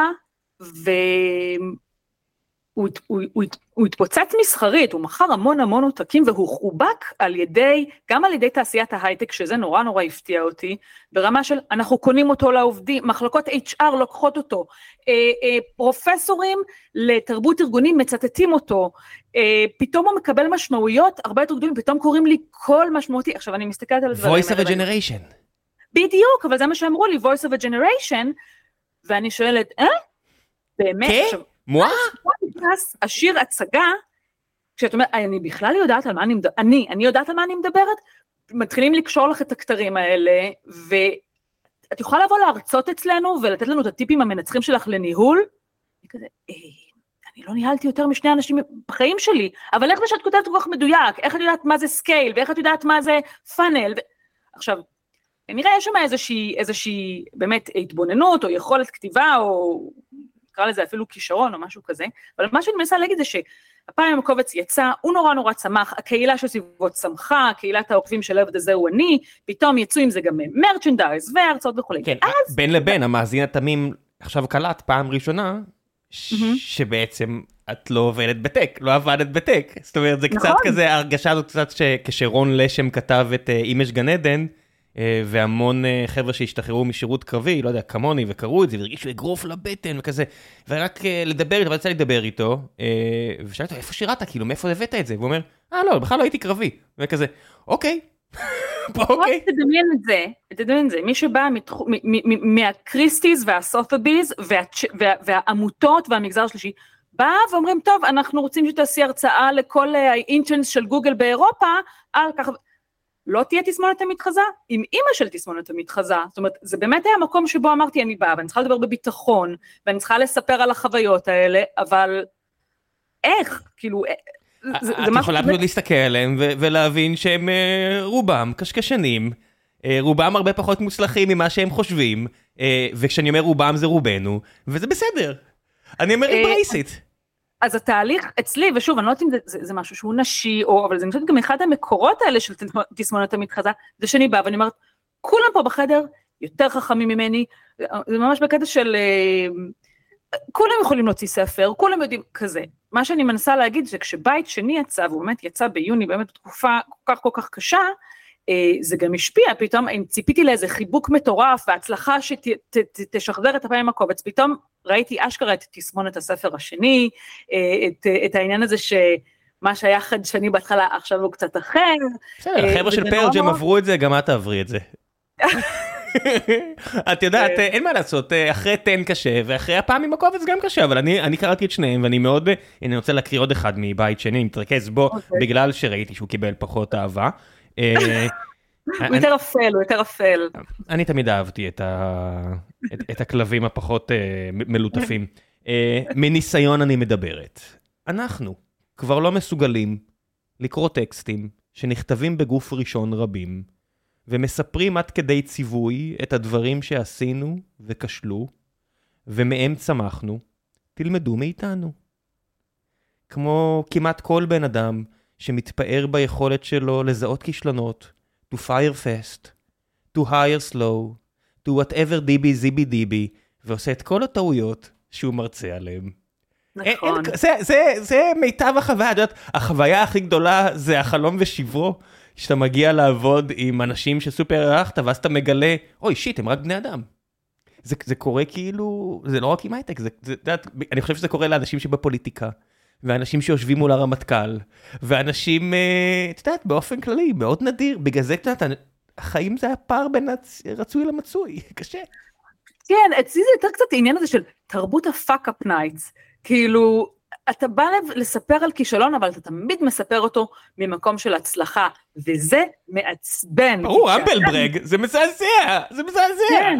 והוא הוא, הוא, הוא התפוצץ מסחרית, הוא מכר המון המון עותקים, והוא חובק על ידי, גם על ידי תעשיית ההייטק, שזה נורא נורא הפתיע אותי, ברמה של אנחנו קונים אותו לעובדים, מחלקות אייץ' אר לוקחות אותו, פרופסורים לתרבות ארגונים מצטטים אותו, פתאום הוא מקבל משמעויות, הרבה יותר גדולים, פתאום קוראים לי כל משמעותי, עכשיו אני מסתכלת על הדברים. Voice of a generation. בדיוק, אבל זה מה שאמרו לי, Voice of a generation, ואני שואלת, אה? באמת? כן? מה? השיר הצגה, כשאת אומרת, אני בכלל יודעת על מה אני מדברת, אני, אני יודעת על מה אני מדברת, מתחילים לקשור לך את הכתרים האלה, ואת יכולה לבוא להרצות אצלנו, ולתת לנו את הטיפים המנצחים שלך לניהול, וכזה, אה, אני לא ניהלתי יותר משני אנשים בחיים שלי, אבל איך זה שאת כותבת כל כך מדויק, איך את יודעת מה זה סקייל, ואיך את יודעת מה זה פאנל, ו... עכשיו, נראה, יש שם איזושהי, איזושהי באמת התבוננות, או יכולת כתיבה, או נקרא לזה אפילו כישרון, או משהו כזה, אבל מה שאני מנסה להגיד זה שהפעם עם הקובץ יצא, הוא נורא נורא צמח, הקהילה של סביבות צמחה, קהילת העוקבים של עבד הזה הוא אני, פתאום יצאו עם זה גם מרצ'נדייז, והרצאות וכו'. כן, אז... בין לבין, המאזין התמים, עכשיו קלט פעם ראשונה, ש... שבעצם את לא עובדת בטק, לא עבדת בטק, זאת אומרת, זה קצת כזה, ההרגשה הזאת קצת שכשרון לשם כתב את אימש גן עדן, והמון חבר'ה שהשתחררו משירות קרבי, לא יודע, כמוני, וקראו את זה, והרגישו אגרוף לבטן וכזה, ורק לדבר איתו, ורצה לדבר איתו, ושאלתי אותו, איפה שירת? כאילו, מאיפה הבאת את זה? והוא אומר, אה, לא, בכלל לא הייתי קרבי. וכזה, אוקיי, אוקיי. תדמיין את זה, תדמיין את זה, מי שבא מהקריסטיז והסופביז, והעמותות והמגזר השלישי, בא ואומרים, טוב, אנחנו רוצים שתעשי הרצאה לכל האינטרנס של גוגל באירופה, על כך... לא תהיה תסמונת המתחזה, עם אמא של תסמונת המתחזה, זאת אומרת, זה באמת היה מקום שבו אמרתי, אני באה, ואני צריכה לדבר בביטחון, ואני צריכה לספר על החוויות האלה, אבל איך, כאילו, זה, את זה יכולה פשוט להסתכל עליהם, ו- ולהבין שהם uh, רובם קשקשנים, uh, רובם הרבה פחות מוצלחים ממה שהם חושבים, uh, וכשאני אומר רובם זה רובנו, וזה בסדר, אני אומר אמברייסית. אז התהליך אצלי, ושוב, אני לא יודעת אם זה, זה, זה משהו שהוא נשי, או, אבל זה נמצא גם אחד המקורות האלה של תסמונת המתחזה, זה שאני באה ואני אומרת, כולם פה בחדר יותר חכמים ממני, זה ממש בקטע של, כולם יכולים להוציא ספר, כולם יודעים כזה. מה שאני מנסה להגיד, זה כשבית שני יצא, והוא באמת יצא ביוני, באמת בתקופה כל כך כל כך קשה, זה גם השפיע, פתאום, אם ציפיתי לאיזה חיבוק מטורף, והצלחה שתשחזר את הפעמים הקובץ, פתאום ראיתי אשכרה את תסמונת הספר השני, את, את העניין הזה שמה שהיה חדשני בהתחלה, עכשיו הוא קצת אחר. בסדר, החבר'ה של פרל ג'ם עברו את זה, גם את תעברי את זה. את יודעת, אין מה לעשות, אחרי תן קשה, ואחרי הפעמים הקובץ גם קשה, אבל אני, אני קראתי את שניהם, ואני מאוד, אני רוצה להקריא עוד אחד מבית שני, אני מתרכז בו, בגלל שראיתי שהוא קיבל פחות אהבה. הוא יותר אפל, הוא יותר אפל. אני תמיד אהבתי את הכלבים הפחות מלוטפים. מניסיון אני מדברת. אנחנו כבר לא מסוגלים לקרוא טקסטים שנכתבים בגוף ראשון רבים, ומספרים עד כדי ציווי את הדברים שעשינו וכשלו, ומהם צמחנו, תלמדו מאיתנו. כמו כמעט כל בן אדם שמתפאר ביכולת שלו לזהות כישלונות, to fire fast, to hire slow, to whatever דיבי זיבי דיבי, ועושה את כל הטעויות שהוא מרצה עליהם. נכון. זה, זה, זה מיטב החוויה, את יודעת, החוויה הכי גדולה זה החלום ושברו, שאתה מגיע לעבוד עם אנשים שסופר ערכת, ואז אתה מגלה, אוי שיט, הם רק בני אדם. זה, זה קורה כאילו, זה לא רק עם הייטק, זה, זה, יודעת, אני חושב שזה קורה לאנשים שבפוליטיקה, ואנשים שיושבים מול הרמטכ"ל, ואנשים, את יודעת, באופן כללי, מאוד נדיר, בגלל זה, את יודעת, החיים זה הפער בין רצוי למצוי, קשה. כן, אצלי זה יותר קצת העניין הזה של תרבות הפאק-אפ נייטס, כאילו, אתה בא לספר על כישלון, אבל אתה תמיד מספר אותו ממקום של הצלחה, וזה מעצבן. ברור, אמבלברג, זה מזעזע, זה מזעזע. כן.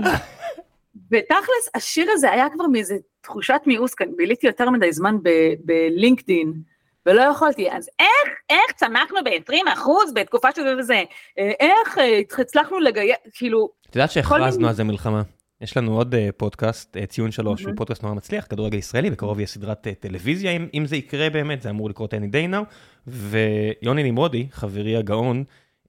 ותכלס, השיר הזה היה כבר מאיזו תחושת מיאוס, כאן ביליתי יותר מדי זמן בלינקדין, ולא יכולתי, אז איך, איך צמחנו ב-עשרים אחוז בתקופה שזה וזה, איך הצלחנו לגייס, כאילו... את יודעת שהכרזנו על זה מלחמה. יש לנו עוד פודקאסט, ציון שלוש, שהוא פודקאסט נורא מצליח, כדורגל ישראלי, בקרוב יהיה סדרת טלוויזיה, אם זה יקרה באמת, זה אמור לקרות any day now, ויוני נמרודי, חברי הגאון,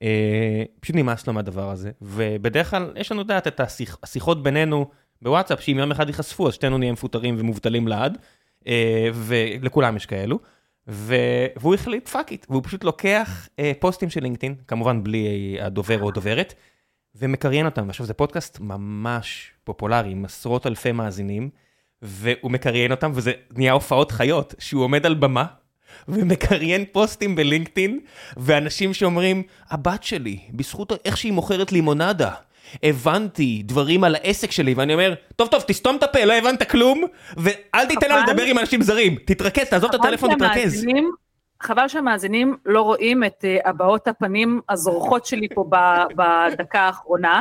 פשוט נמאס לו מהדבר הזה, ובדרך כלל יש לנו דעת את השיחות בינינו בוואטסאפ, שאם יום אחד ייחשפו, אז שתינו נהיה מפוטרים ומובטלים לעד, ולכולם יש כאלו, והוא החליט פאק איט, והוא פשוט לוקח פוסטים של לינקדאין, כמובן בלי הדובר או דוברת, ומקריין אותם. עכשיו זה פודקאסט ממש פופולרי, עם עשרות אלפי מאזינים, והוא מקריין אותם, וזה נהיה הופעות חיות, שהוא עומד על במה, ומקריין פוסטים בלינקדאין, ואנשים שאומרים, הבת שלי, בזכות איך שהיא מוכרת לימונדה, הבנתי דברים על העסק שלי, ואני אומר, טוב טוב, תסתום את הפה, לא הבנת כלום, ואל תיתן לה לדבר עם אנשים זרים, תתרכז, תעזוב את הטלפון, תתרכז. חבל שהמאזינים לא רואים את הבעות הפנים הזורחות שלי פה בדקה האחרונה,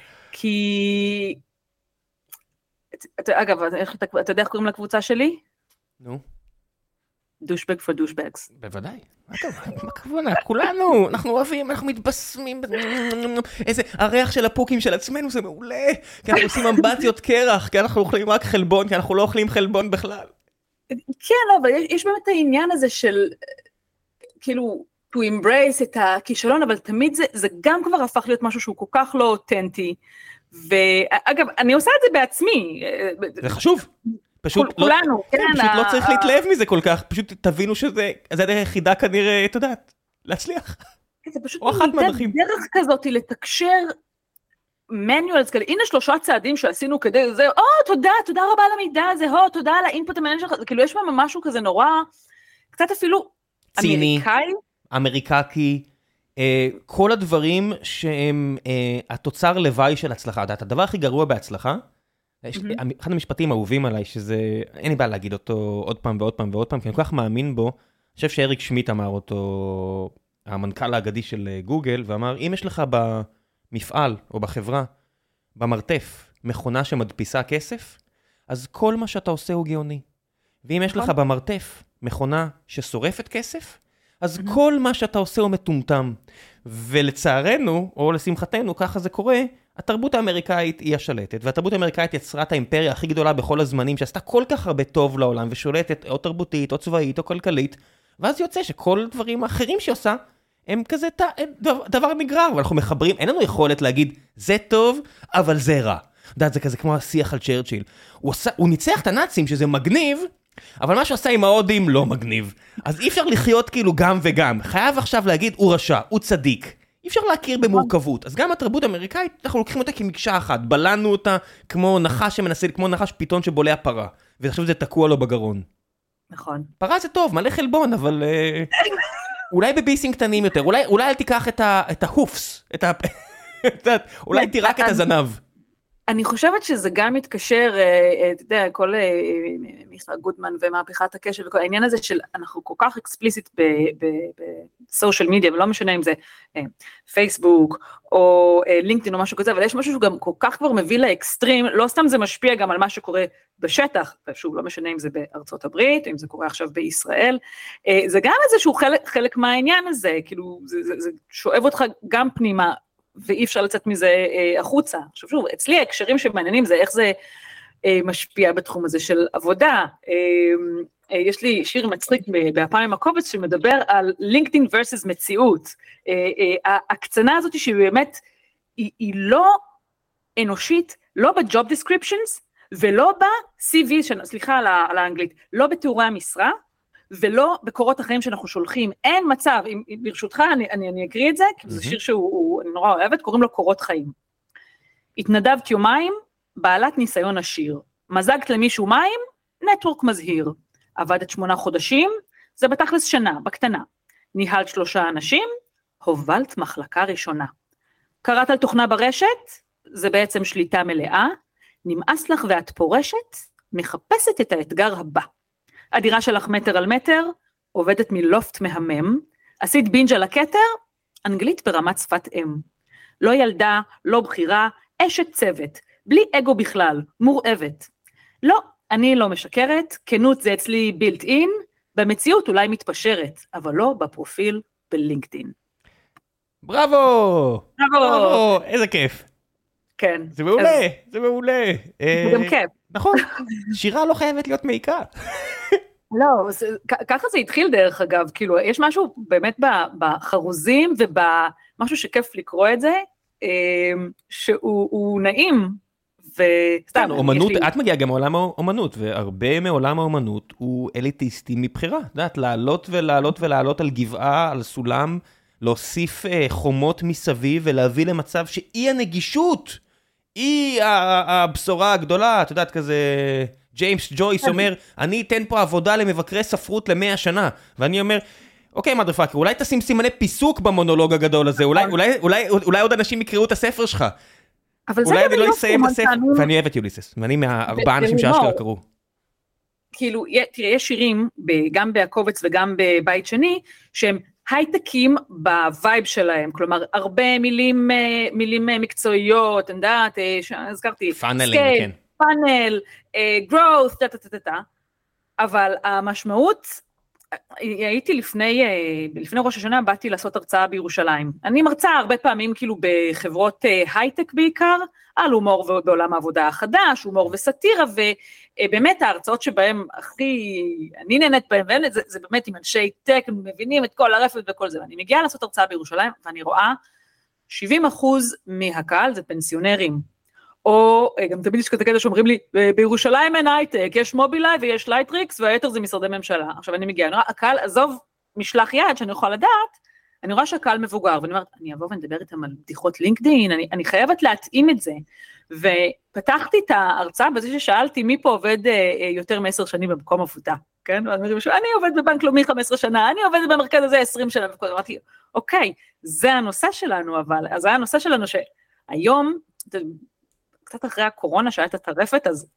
כי, אגב, אתה יודע איך קוראים לקבוצה שלי? נו. דושבג פור דושבגס. בוודאי. מה כוונה? כולנו, אנחנו אוהבים, אנחנו מתבשמים, איזה הריח של הפוקים של עצמנו זה מעולה, כי אנחנו עושים אמבטיות קרח, כי אנחנו אוכלים רק חלבון, כי אנחנו לא אוכלים חלבון בכלל. כן, לא, אבל יש באמת העניין הזה של, כאילו, to embrace את הכישלון, אבל תמיד זה, זה גם כבר הפך להיות משהו שהוא כל כך לא אותנטי, ואגב, אני עושה את זה בעצמי. זה חשוב. פשוט כולנו, לא, כן, כן, פשוט לא צריך להתלהב מזה כל כך, פשוט תבינו שזה, זה הדרך היחידה כנראה, אתה יודעת, להצליח. זה פשוט דרך כזאת לתקשר מניואלס כאלה, הנה שלושה צעדים שעשינו כדי זה, או, תודה, תודה רבה על המידע הזה, או, תודה על האינפוט המעניין שלך, כאילו יש במה משהו כזה נורא, קצת אפילו ציני, אמריקאי. אמריקקי, אה, כל הדברים שהם אה, התוצר לוואי של הצלחה, אתה, הדבר הכי גרוע בהצלחה, mm-hmm. אחד המשפטים האהובים עליי, שזה, אין לי בעיה להגיד אותו עוד פעם ועוד פעם ועוד פעם, כי אני כל כך מאמין בו, אני חושב שאריק שמיט אמר אותו המנכ"ל האגדי של גוגל, ואמר, אם יש לך במפעל או בחברה, במרתף, מכונה שמדפיסה כסף, אז כל מה שאתה עושה הוא גאוני. ואם יש לך במרתף מכונה ששורפת כסף, אז כל מה שאתה עושה הוא מטומטם. ולצערנו, או לשמחתנו, ככה זה קורה, התרבות האמריקאית היא השלטת, והתרבות האמריקאית יצרה את האימפריה הכי גדולה בכל הזמנים, שעשתה כל כך הרבה טוב לעולם, ושולטת או תרבותית, או צבאית, או כלכלית, ואז יוצא שכל דברים האחרים שהיא עושה, הם כזה דבר נגרר, ואנחנו מחברים, אין לנו יכולת להגיד, זה טוב, אבל זה רע. יודעת, זה כזה כמו השיח על צ'רצ'יל. הוא, עושה, הוא ניצח את הנאצים, שזה מגניב, אבל מה שעושה עם ההודים לא מגניב. אז אי אפשר לחיות כאילו גם וגם. חייב עכשיו להגיד, הוא רשע, הוא צדיק. אי אפשר להכיר במורכבות. אז גם התרבות האמריקאית, אנחנו לוקחים אותה כמקשה אחת. בלענו אותה כמו נחש שמנסה, כמו נחש פיתון שבולע פרה. ועכשיו זה תקוע לו בגרון. נכון. פרה זה טוב, מלא חלבון, אבל אולי בביסים קטנים יותר. אולי, אולי אל תיקח את, ה, את ההופס. את ה... אולי תירק את הזנב. אני חושבת שזה גם מתקשר, אתה יודע, כל מיכה גודמן ומהפכת הקשב, וכל העניין הזה של אנחנו כל כך אקספליסיט בסושיאל מדיה, ולא משנה אם זה פייסבוק או לינקדאין או משהו כזה, אבל יש משהו שגם כל כך כבר מביא לאקסטרים, לא סתם זה משפיע גם על מה שקורה בשטח, שוב, לא משנה אם זה בארצות הברית, או אם זה קורה עכשיו בישראל, זה גם איזשהו חלק, חלק מהעניין הזה, כאילו זה, זה, זה שואב אותך גם פנימה, ואי אפשר לצאת מזה אה, החוצה. עכשיו שוב, אצלי ההקשרים שמעניינים זה איך זה אה, משפיע בתחום הזה של עבודה. אה, אה, יש לי שיר מצחיק בהפעם עם הקובץ שמדבר על לינקדאין versus מציאות. אה, אה, ההקצנה הזאת שהיא באמת, היא, היא לא אנושית, לא ב-job descriptions, ולא ב-סי וי, סליחה על, על האנגלית, לא בתיאורי המשרה, ולא בקורות החיים שאנחנו שולחים, אין מצב, אם, ברשותך אני, אני, אני אקריא את זה, כי זה שיר שהוא אני נורא אוהבת, קוראים לו קורות חיים. התנדבת יומיים, בעלת ניסיון עשיר, מזגת למישהו מים, נטוורק מזהיר, עבדת שמונה חודשים, זה בתכלס שנה, בקטנה, ניהלת שלושה אנשים, הובלת מחלקה ראשונה, קראת על תוכנה ברשת, זה בעצם שליטה מלאה, נמאס לך ואת פורשת, מחפשת את האתגר הבא, הדירה שלך מטר על מטר, עובדת מלופט מהמם, עשית בינג' על הכתר, אנגלית ברמת שפת אם. לא ילדה, לא בחירה, אשת צוות, בלי אגו בכלל, מורעבת. לא, אני לא משקרת, כנות זה אצלי בילט אין, במציאות אולי מתפשרת, אבל לא בפרופיל בלינקדאין. בראבו! בראבו! איזה כיף. כן. זה מעולה, זה מעולה. זה גם כיף. נכון, שירה לא חייבת להיות מעיקה. לא, זה, ככה זה התחיל דרך אגב, כאילו, יש משהו באמת בחרוזים ובמשהו שכיף לקרוא את זה, שהוא נעים, וסתם, אומנות, את מגיעה גם מעולם האומנות, והרבה מעולם האומנות הוא אליטיסטי מבחירה, יודעת, לעלות ולעלות ולעלות על גבעה, על סולם, להוסיף חומות מסביב ולהביא למצב שאי הנגישות, היא הבשורה הגדולה, את יודעת, כזה ג'יימס ג'ויס אומר, אני אתן פה עבודה למבקרי ספרות למאה שנה, ואני אומר, אוקיי, מדרפאקר, אולי תשים סימני פיסוק במונולוג הגדול הזה, אולי, אולי, אולי, אולי עוד אנשים יקראו את הספר שלך. אולי אני לא אסיים את הספר, ואני אוהב את יוליסס, ואני מהארבעה אנשים שאשכרה קראו. כאילו, תראה, יש שירים, גם בהקובץ וגם בבית שני, שהם הייטקים בווייב שלהם, כלומר, הרבה מילים, מילים מקצועיות, אני יודעת, הזכרתי, פאנלים, כן. פאנל, growth, טה, טה, טה, טה, אבל המשמעות, הייתי לפני, לפני ראש השנה, באתי לעשות הרצאה בירושלים. אני מרצה הרבה פעמים, כאילו, בחברות הייטק בעיקר, על הומור בעולם העבודה החדש, הומור וסטירה, ובאמת ההרצאות שבהם הכי, אני נהנית בהם, זה, זה באמת עם אנשי טק, הם מבינים את כל הרפת וכל זה, ואני מגיעה לעשות הרצאה בירושלים, ואני רואה שבעים אחוז מהקהל זה פנסיונרים, או גם תמיד יש כזה כזה שאומרים לי, בירושלים אין הייטק, יש מובילאיי ויש לייטריקס, והיתר זה משרדי ממשלה. עכשיו אני מגיעה, אני רואה, הקהל, עזוב משלח יד שאני יכולה לדעת, אני רואה שהקהל מבוגר, ואני אומרת, אני אבוא ונדבר איתם על בדיחות לינקדאין, אני, אני חייבת להתאים את זה, ופתחתי את ההרצאה בזה ששאלתי, מי פה עובד אה, יותר מעשר שנים במקום עבודה, כן? ואני עובד בבנק לאומי חמש עשרה שנה, אני עובד במרכז הזה עשרים שנה, וכל, אמרתי, אוקיי, זה הנושא שלנו, אבל, אז זה הנושא שלנו שהיום, קצת אחרי הקורונה שהייתה טרפת, אז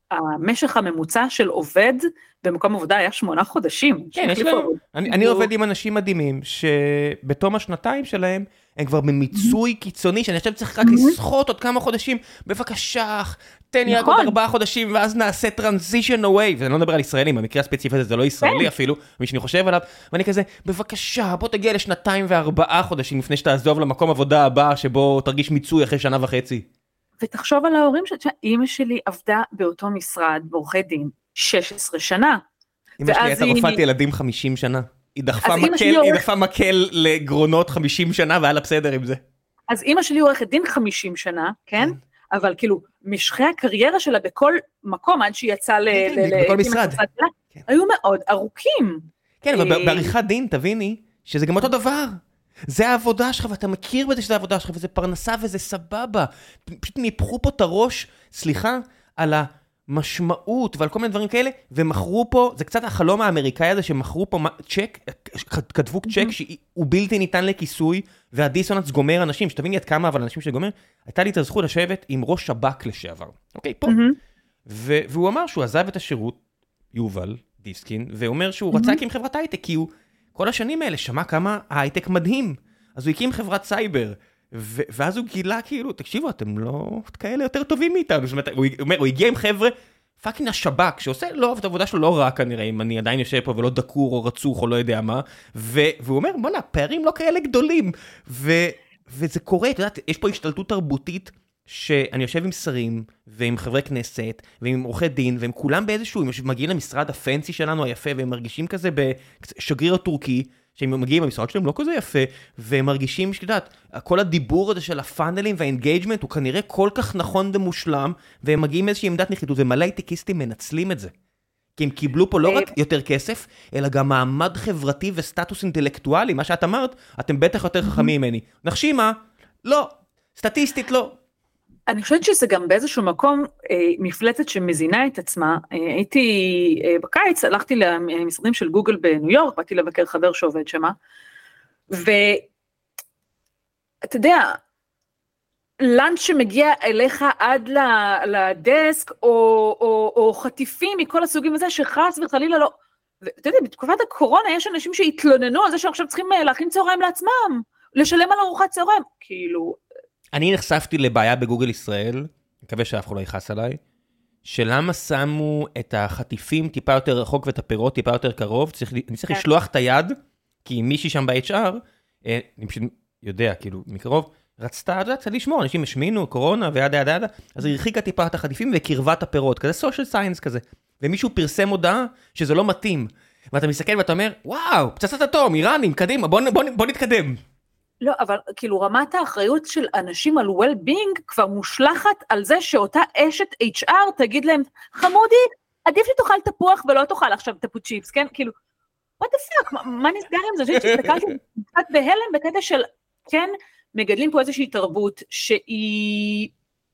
המשך הממוצע של עובד במקום עבודה היה שמונה חודשים. כן, יש לנו, אני, אני עובד עם אנשים מדהימים, שבתום השנתיים שלהם, הם כבר במיצוי קיצוני, שאני חושב צריך רק לסחוט עוד כמה חודשים, בבקשה, תן לי רק עוד ארבעה חודשים, ואז נעשה transition away, ואני לא מדבר על ישראלים, במקרה הספציפי הזה זה לא ישראלי אפילו, מי שאני חושב עליו, ואני כזה, בבקשה, בוא תגיע לשנתיים וארבעה חודשים, לפני שתעזוב למקום עבודה הבא, שבו תרגיש מיצוי אחרי שנה וחצי. ותחשוב על ההורים שאמא שלי עבדה באותו משרד, בעורכי דין, שש עשרה שנה. אמא שלי הייתה רופאת ילדים חמישים שנה. היא דחפה מקל, היא דחפה מקל לגרונות חמישים שנה, והיה לה בסדר עם זה. אז אמא שלי עורכת דין חמישים שנה, כן? אבל כאילו, משכי הקריירה שלה בכל מקום, עד שהיא יצאה ל... בכל משרד. היו מאוד ארוכים. כן, אבל בעריכת דין, תביני, שזה גם אותו דבר. זה העבודה שלך, ואתה מכיר בזה שזה העבודה שלך, וזה פרנסה וזה סבבה. פשוט ניפחו פה את הראש, סליחה, על המשמעות ועל כל מיני דברים כאלה, ומכרו פה, זה קצת החלום האמריקאי הזה, שמכרו פה צ'ק, כתבו צ'ק שהוא בלתי ניתן לכיסוי, והדיסוננס גומר אנשים, שתביני עד כמה, אבל אנשים שגומר, הייתה לי את הזכות לשבת עם ראש שב"כ לשעבר. אוקיי, פה. והוא אמר שהוא עזב את השירות, יובל דיסקין, והוא אומר שהוא רצה להקים חברת הייטק, כי הוא כל השנים האלה שמע כמה ההייטק מדהים. אז הוא הקים חברת סייבר, ו- ואז הוא גילה כאילו, תקשיבו, אתם לא כאלה יותר טובים מאיתנו. זאת אומרת, הוא אומר, הוא הגיע עם חבר'ה, פאקינג השב"כ, שעושה לא, את העבודה שלו לא רע כנראה, אם אני עדיין יושב פה ולא דקור או רצוך או לא יודע מה, ו- והוא אומר, בוא'נה, פערים לא כאלה גדולים. ו- וזה קורה, אתה יודעת, יש פה השתלטות תרבותית, שאני יושב עם שרים, ועם חברי כנסת, ועם עורכי דין, והם כולם באיזשהו, הם מגיעים למשרד הפנסי שלנו היפה, והם מרגישים כזה בשגריר הטורקי, שהם מגיעים במשרד שלהם לא כזה יפה, והם מרגישים, שתדעת, כל הדיבור הזה של הפאנלים והאנגייג'מנט, הוא כנראה כל כך נכון ומושלם, והם מגיעים איזושהי עמדת נחיתות, ומלא הייטקיסטים מנצלים את זה. כי הם קיבלו פה לא רק יותר כסף, אלא גם מעמד חברתי וסטטוס אינטלקטואלי, מה שאת אמרת, אתם בטח יותר חכמים ממני. נחשימה? לא. סטטיסטית לא. אני חושבת שזה גם באיזשהו מקום אה, מפלצת שמזינה את עצמה. אה, הייתי אה, בקיץ, הלכתי למשרדים של גוגל בניו יורק, באתי לבקר חבר שעובד שמה, ואתה יודע, לנץ' שמגיע אליך עד לדסק, או, או, או חטיפים מכל הסוגים הזה, שחס וחלילה לא, ואתה יודע, בתקופת הקורונה יש אנשים שהתלוננו על זה שעכשיו צריכים להכין צהריים לעצמם, לשלם על ארוחת צהריים, כאילו, אני נחשפתי לבעיה בגוגל ישראל, מקווה שאף אחד לא יכעס עליי, שלמה שמו את החטיפים טיפה יותר רחוק ואת הפירות טיפה יותר קרוב, צריך, אני צריך לשלוח את היד, כי מישהי שם ב-אייץ' אר, אני פשוט יודע, כאילו, מקרוב, רצתה, רצתה לשמור, אנשים השמינו, קורונה וידה ידה ידה, אז היא הרחיקה טיפה את החטיפים וקרבה את הפירות, כזה סושיאל סיינס כזה, ומישהו פרסם הודעה שזה לא מתאים, ואתה מסתכל ואתה אומר, וואו, פצצת אטום, איראנים, קדימה, בוא, בוא, בוא נתקדם. לא, אבל כאילו רמת האחריות של אנשים על well-being כבר מושלחת על זה שאותה אשת אייץ' אר תגיד להם, חמודי, עדיף שתאכל תפוח ולא תאכל עכשיו תפות צ'יפס, כן? כאילו, what the fuck, מה, מה נסגר עם זה? אני חושבת שהסתכלתי קצת בהלם בקטע של, כן, מגדלים פה איזושהי תרבות שהיא,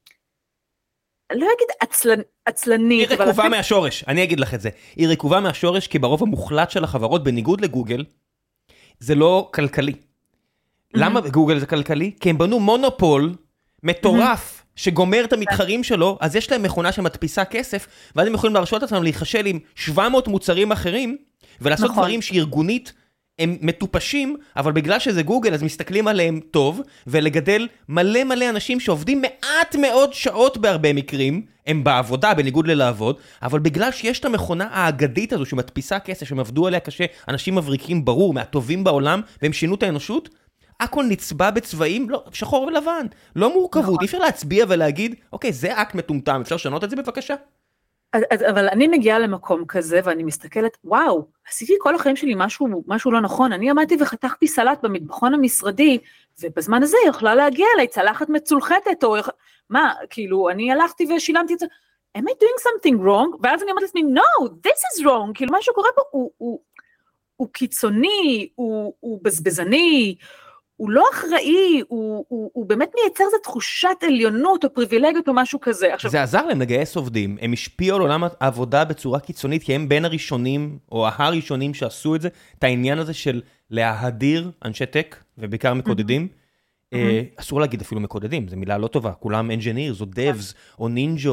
לא אגיד עצלנ, עצלנית. היא רקובה מהשורש, אני אגיד לך את זה. היא רקובה מהשורש כי ברוב המוחלט של החברות, בניגוד לגוגל, זה לא כלכלי. למה בגוגל זה כלכלי? כי הם בנו מונופול מטורף שגומר את המתחרים שלו, אז יש להם מכונה שמדפיסה כסף, ואז הם יכולים להרשות עצמם להיחשל עם שבע מאות מוצרים אחרים, ולעשות דברים שארגונית הם מטופשים, אבל בגלל שזה גוגל, אז מסתכלים עליהם טוב, ולגדל מלא מלא אנשים שעובדים מעט מאוד שעות בהרבה מקרים, הם בעבודה בניגוד ללעבוד, אבל בגלל שיש את המכונה האגדית הזו שמדפיסה כסף, שהם עבדו עליה קשה, אנשים מבריקים ברור, מהטובים בעולם, והם שינו את האנושות, הכל נצבע בצבעים, לא, שחור ולבן, לא מורכבות, אי אפשר להצביע ולהגיד, אוקיי, זה אקט מטומטם, אפשר לשנות את זה בבקשה? אבל אני מגיעה למקום כזה, ואני מסתכלת, וואו, עשיתי כל החיים שלי משהו, משהו לא נכון, אני עמדתי וחתכתי סלט במטבחון המשרדי, ובזמן הזה יכולה להגיע אליי צלחת מצולחתת, או מה, כאילו, אני הלכתי ושילמתי את זה, am I doing something wrong? ואז אני אומרת לעצמי, no, this is wrong, כאילו מה שקורה פה הוא, הוא, הוא קיצוני, הוא, הוא בזבזני, הוא לא אחראי, הוא, הוא, הוא באמת מייצר איזו תחושת עליונות או פריבילגיות או משהו כזה. עכשיו... זה עזר להם לגייס עובדים, הם השפיעו על עולם העבודה בצורה קיצונית, כי הם בין הראשונים, או הראשונים שעשו את זה, את העניין הזה של להדיר אנשי טק, ובעיקר מקודדים, אסור להגיד אפילו מקודדים, זו מילה לא טובה, כולם engineers או devs או נינג'ות,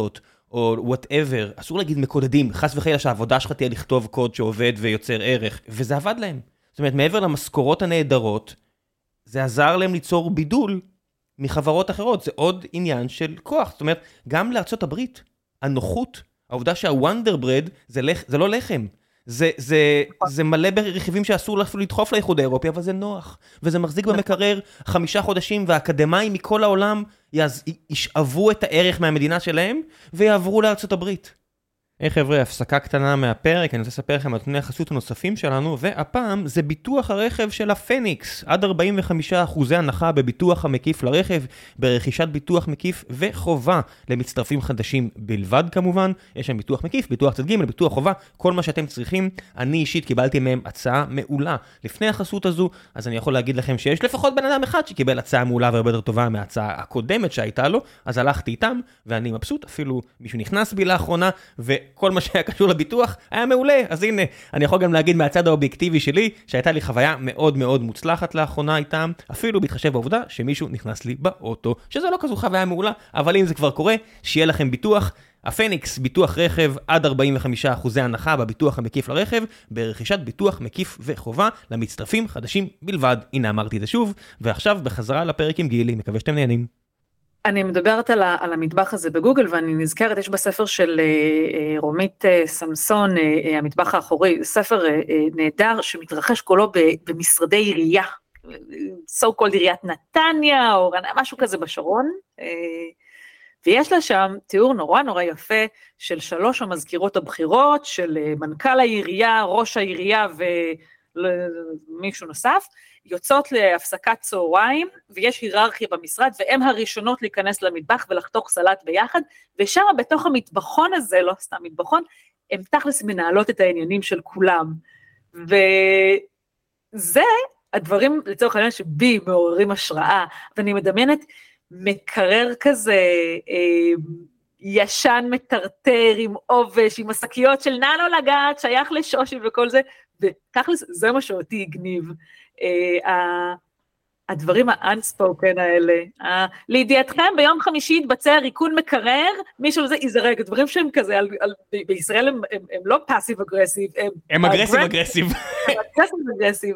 או whatever, אסור להגיד מקודדים, חס וחלילה שהעבודה שלך תהיה לכתוב קוד שעובד ויוצר ערך, וזה עבד להם. זאת אומרת, מעבר למשכורות הנהדרות, זה עזר להם ליצור בידול מחברות אחרות, זה עוד עניין של כוח. זאת אומרת, גם לארצות הברית, הנוחות, העובדה שהוונדר ברד זה, לח... זה לא לחם, זה, זה, זה מלא ברכיבים שאסור אפילו לדחוף לאיחוד האירופי, אבל זה נוח, וזה מחזיק במקרר חמישה חודשים, והאקדמאים מכל העולם יז... ישאבו את הערך מהמדינה שלהם, ויעברו לארצות הברית. היי חבר'ה, הפסקה קטנה מהפרק, אני רוצה לספר לכם על תנאי החסות הנוספים שלנו, והפעם זה ביטוח הרכב של הפניקס, עד ארבעים וחמישה אחוז הנחה בביטוח המקיף לרכב, ברכישת ביטוח מקיף וחובה למצטרפים חדשים בלבד כמובן, יש שם ביטוח מקיף, ביטוח צד ג', ביטוח חובה, כל מה שאתם צריכים, אני אישית קיבלתי מהם הצעה מעולה לפני החסות הזו, אז אני יכול להגיד לכם שיש לפחות בן אדם אחד שקיבל הצעה מעולה והרבה יותר טובה מההצעה הקודמת שהייתה לו, אז הלכתי איתם, ואני מבסוט, אפילו מישהו נכנס בי לאחרונה, ו כל מה שהיה קשור לביטוח היה מעולה, אז הנה, אני יכול גם להגיד מהצד האובייקטיבי שלי, שהייתה לי חוויה מאוד מאוד מוצלחת לאחרונה איתם, אפילו בהתחשב בעובדה שמישהו נכנס לי באוטו, שזה לא כזו חוויה מעולה, אבל אם זה כבר קורה, שיהיה לכם ביטוח, הפניקס, ביטוח רכב, עד ארבעים וחמישה אחוז הנחה בביטוח המקיף לרכב, ברכישת ביטוח מקיף וחובה למצטרפים חדשים בלבד. הנה אמרתי את זה שוב, ועכשיו בחזרה לפרק עם גילי, מקווה שאתם נהנים. אני מדברת על, ה, על המטבח הזה בגוגל, ואני נזכרת, יש בספר של אה, רומית אה, סמסון, אה, המטבח האחורי, ספר אה, נהדר שמתרחש כולו ב, במשרדי עירייה, so called עיריית נתניה, או משהו כזה בשרון, אה, ויש לה שם תיאור נורא נורא יפה, של שלוש המזכירות הבכירות, של אה, מנכ"ל העירייה, ראש העירייה ומישהו נוסף, יוצאות להפסקת צהריים, ויש היררכיה במשרד, והן הראשונות להיכנס למטבח ולחתוך סלט ביחד, ושם בתוך המטבחון הזה, לא סתם מטבחון, הן תכלס מנהלות את העניינים של כולם. וזה הדברים, לצורך העניין, שבי מעוררים השראה, ואני מדמיינת מקרר כזה, אה, ישן מטרטר עם עובש, עם עסקיות של ננו לגעת, שייך לשושי וכל זה, ותכלס זה מה שאותי הגניב. הדברים ה-unspoken האלה, לידיעתכם ביום חמישי יתבצע ריקון מקרר, מישהו לזה יזרק, הדברים שהם כזה, בישראל הם לא פאסיב אגרסיב, הם אגרסיב אגרסיב. הם אגרסיב אגרסיב.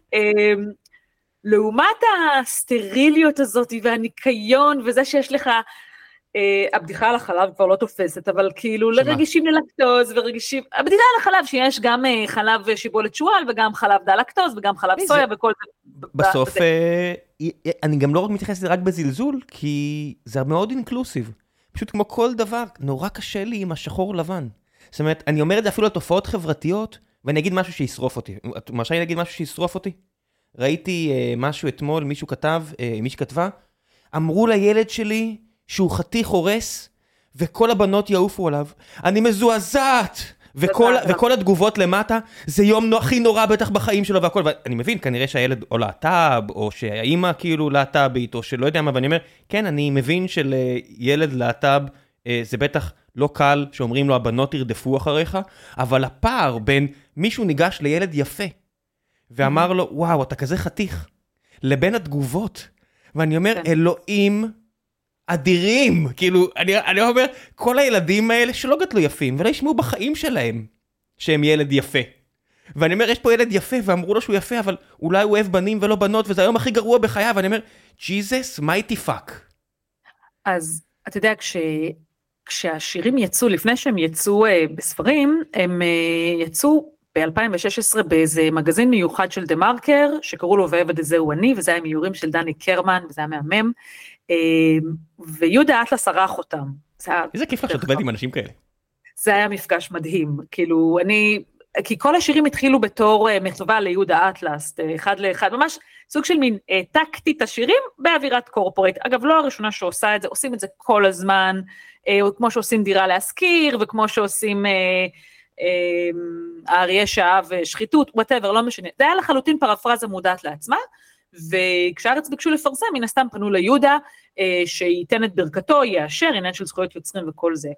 לעומת הסטריליות הזאת והניקיון, וזה שיש לך, הבדיחה על החלב כבר לא תופסת, אבל כאילו לרגישים ללקטוז ורגישים, הבדיחה על החלב שיש גם חלב שיבולת שועל וגם חלב דלקטוז וגם חלב סויה וכל זה. בסוף, אני גם לא רק מתייחס לזה רק בזלזול, כי זה מאוד אינקלוסיב. פשוט כמו כל דבר, נורא קשה לי עם השחור לבן. זאת אומרת, אני אומר את זה אפילו לתופעות חברתיות, ואני אגיד משהו שישרוף אותי. את מרשה לי להגיד משהו שישרוף אותי? ראיתי משהו אתמול, מישהו כתב, מישהו כתבה, אמרו לילד שלי, שהוא חתיך הורס, וכל הבנות יעופו עליו. אני מזועזעת, וכל, וכל התגובות למטה, זה יום הכי נורא בטח בחיים שלו והכל, ואני מבין, כנראה שהילד או להט"ב, או שהאימא כאילו להט"בית, או שלא יודע מה, ואני אומר, כן, אני מבין שלילד להט"ב, זה בטח לא קל שאומרים לו, הבנות ירדפו אחריך, אבל הפער בין מישהו ניגש לילד יפה, ואמר לו, וואו, אתה כזה חתיך, לבין התגובות, ואני אומר, אלוהים, אדירים, כאילו, אני, אני אומר, כל הילדים האלה שלא גדלו יפים, ולא ישמעו בחיים שלהם שהם ילד יפה. ואני אומר, יש פה ילד יפה, ואמרו לו שהוא יפה, אבל אולי הוא אוהב בנים ולא בנות, וזה היום הכי גרוע בחייו, ואני אומר, Jesus, mighty fuck. אז, אתה יודע, כש, כשהשירים יצאו, לפני שהם יצאו אה, בספרים, הם אה, יצאו ב-אלפיים ושש עשרה באיזה מגזין מיוחד של דה מרקר, שקראו לו ועבד הזה הוא אני, וזה היה מיורים של דני קרמן, וזה היה מהמם, ויהודה אטלס ערך אותם. איזה כיף לך שאת עובדת עם אנשים כאלה. זה היה מפגש מדהים, כאילו אני, כי כל השירים התחילו בתור מחווה ליהודה אטלס, אחד לאחד, ממש סוג של מין טקטי את השירים באווירת קורפורט, אגב לא הראשונה שעושה את זה, עושים את זה כל הזמן, כמו שעושים דירה להשכיר, וכמו שעושים האריה שאהב שחיתות, whatever, לא משנה, זה היה לחלוטין פרפרזה מודעת לעצמה, וכשהארץ ביקשו לפרסם, מן הסתם פנו ליהודה, שייתן את ברכתו, יאשר, עניין של זכויות יוצרים וכל זה.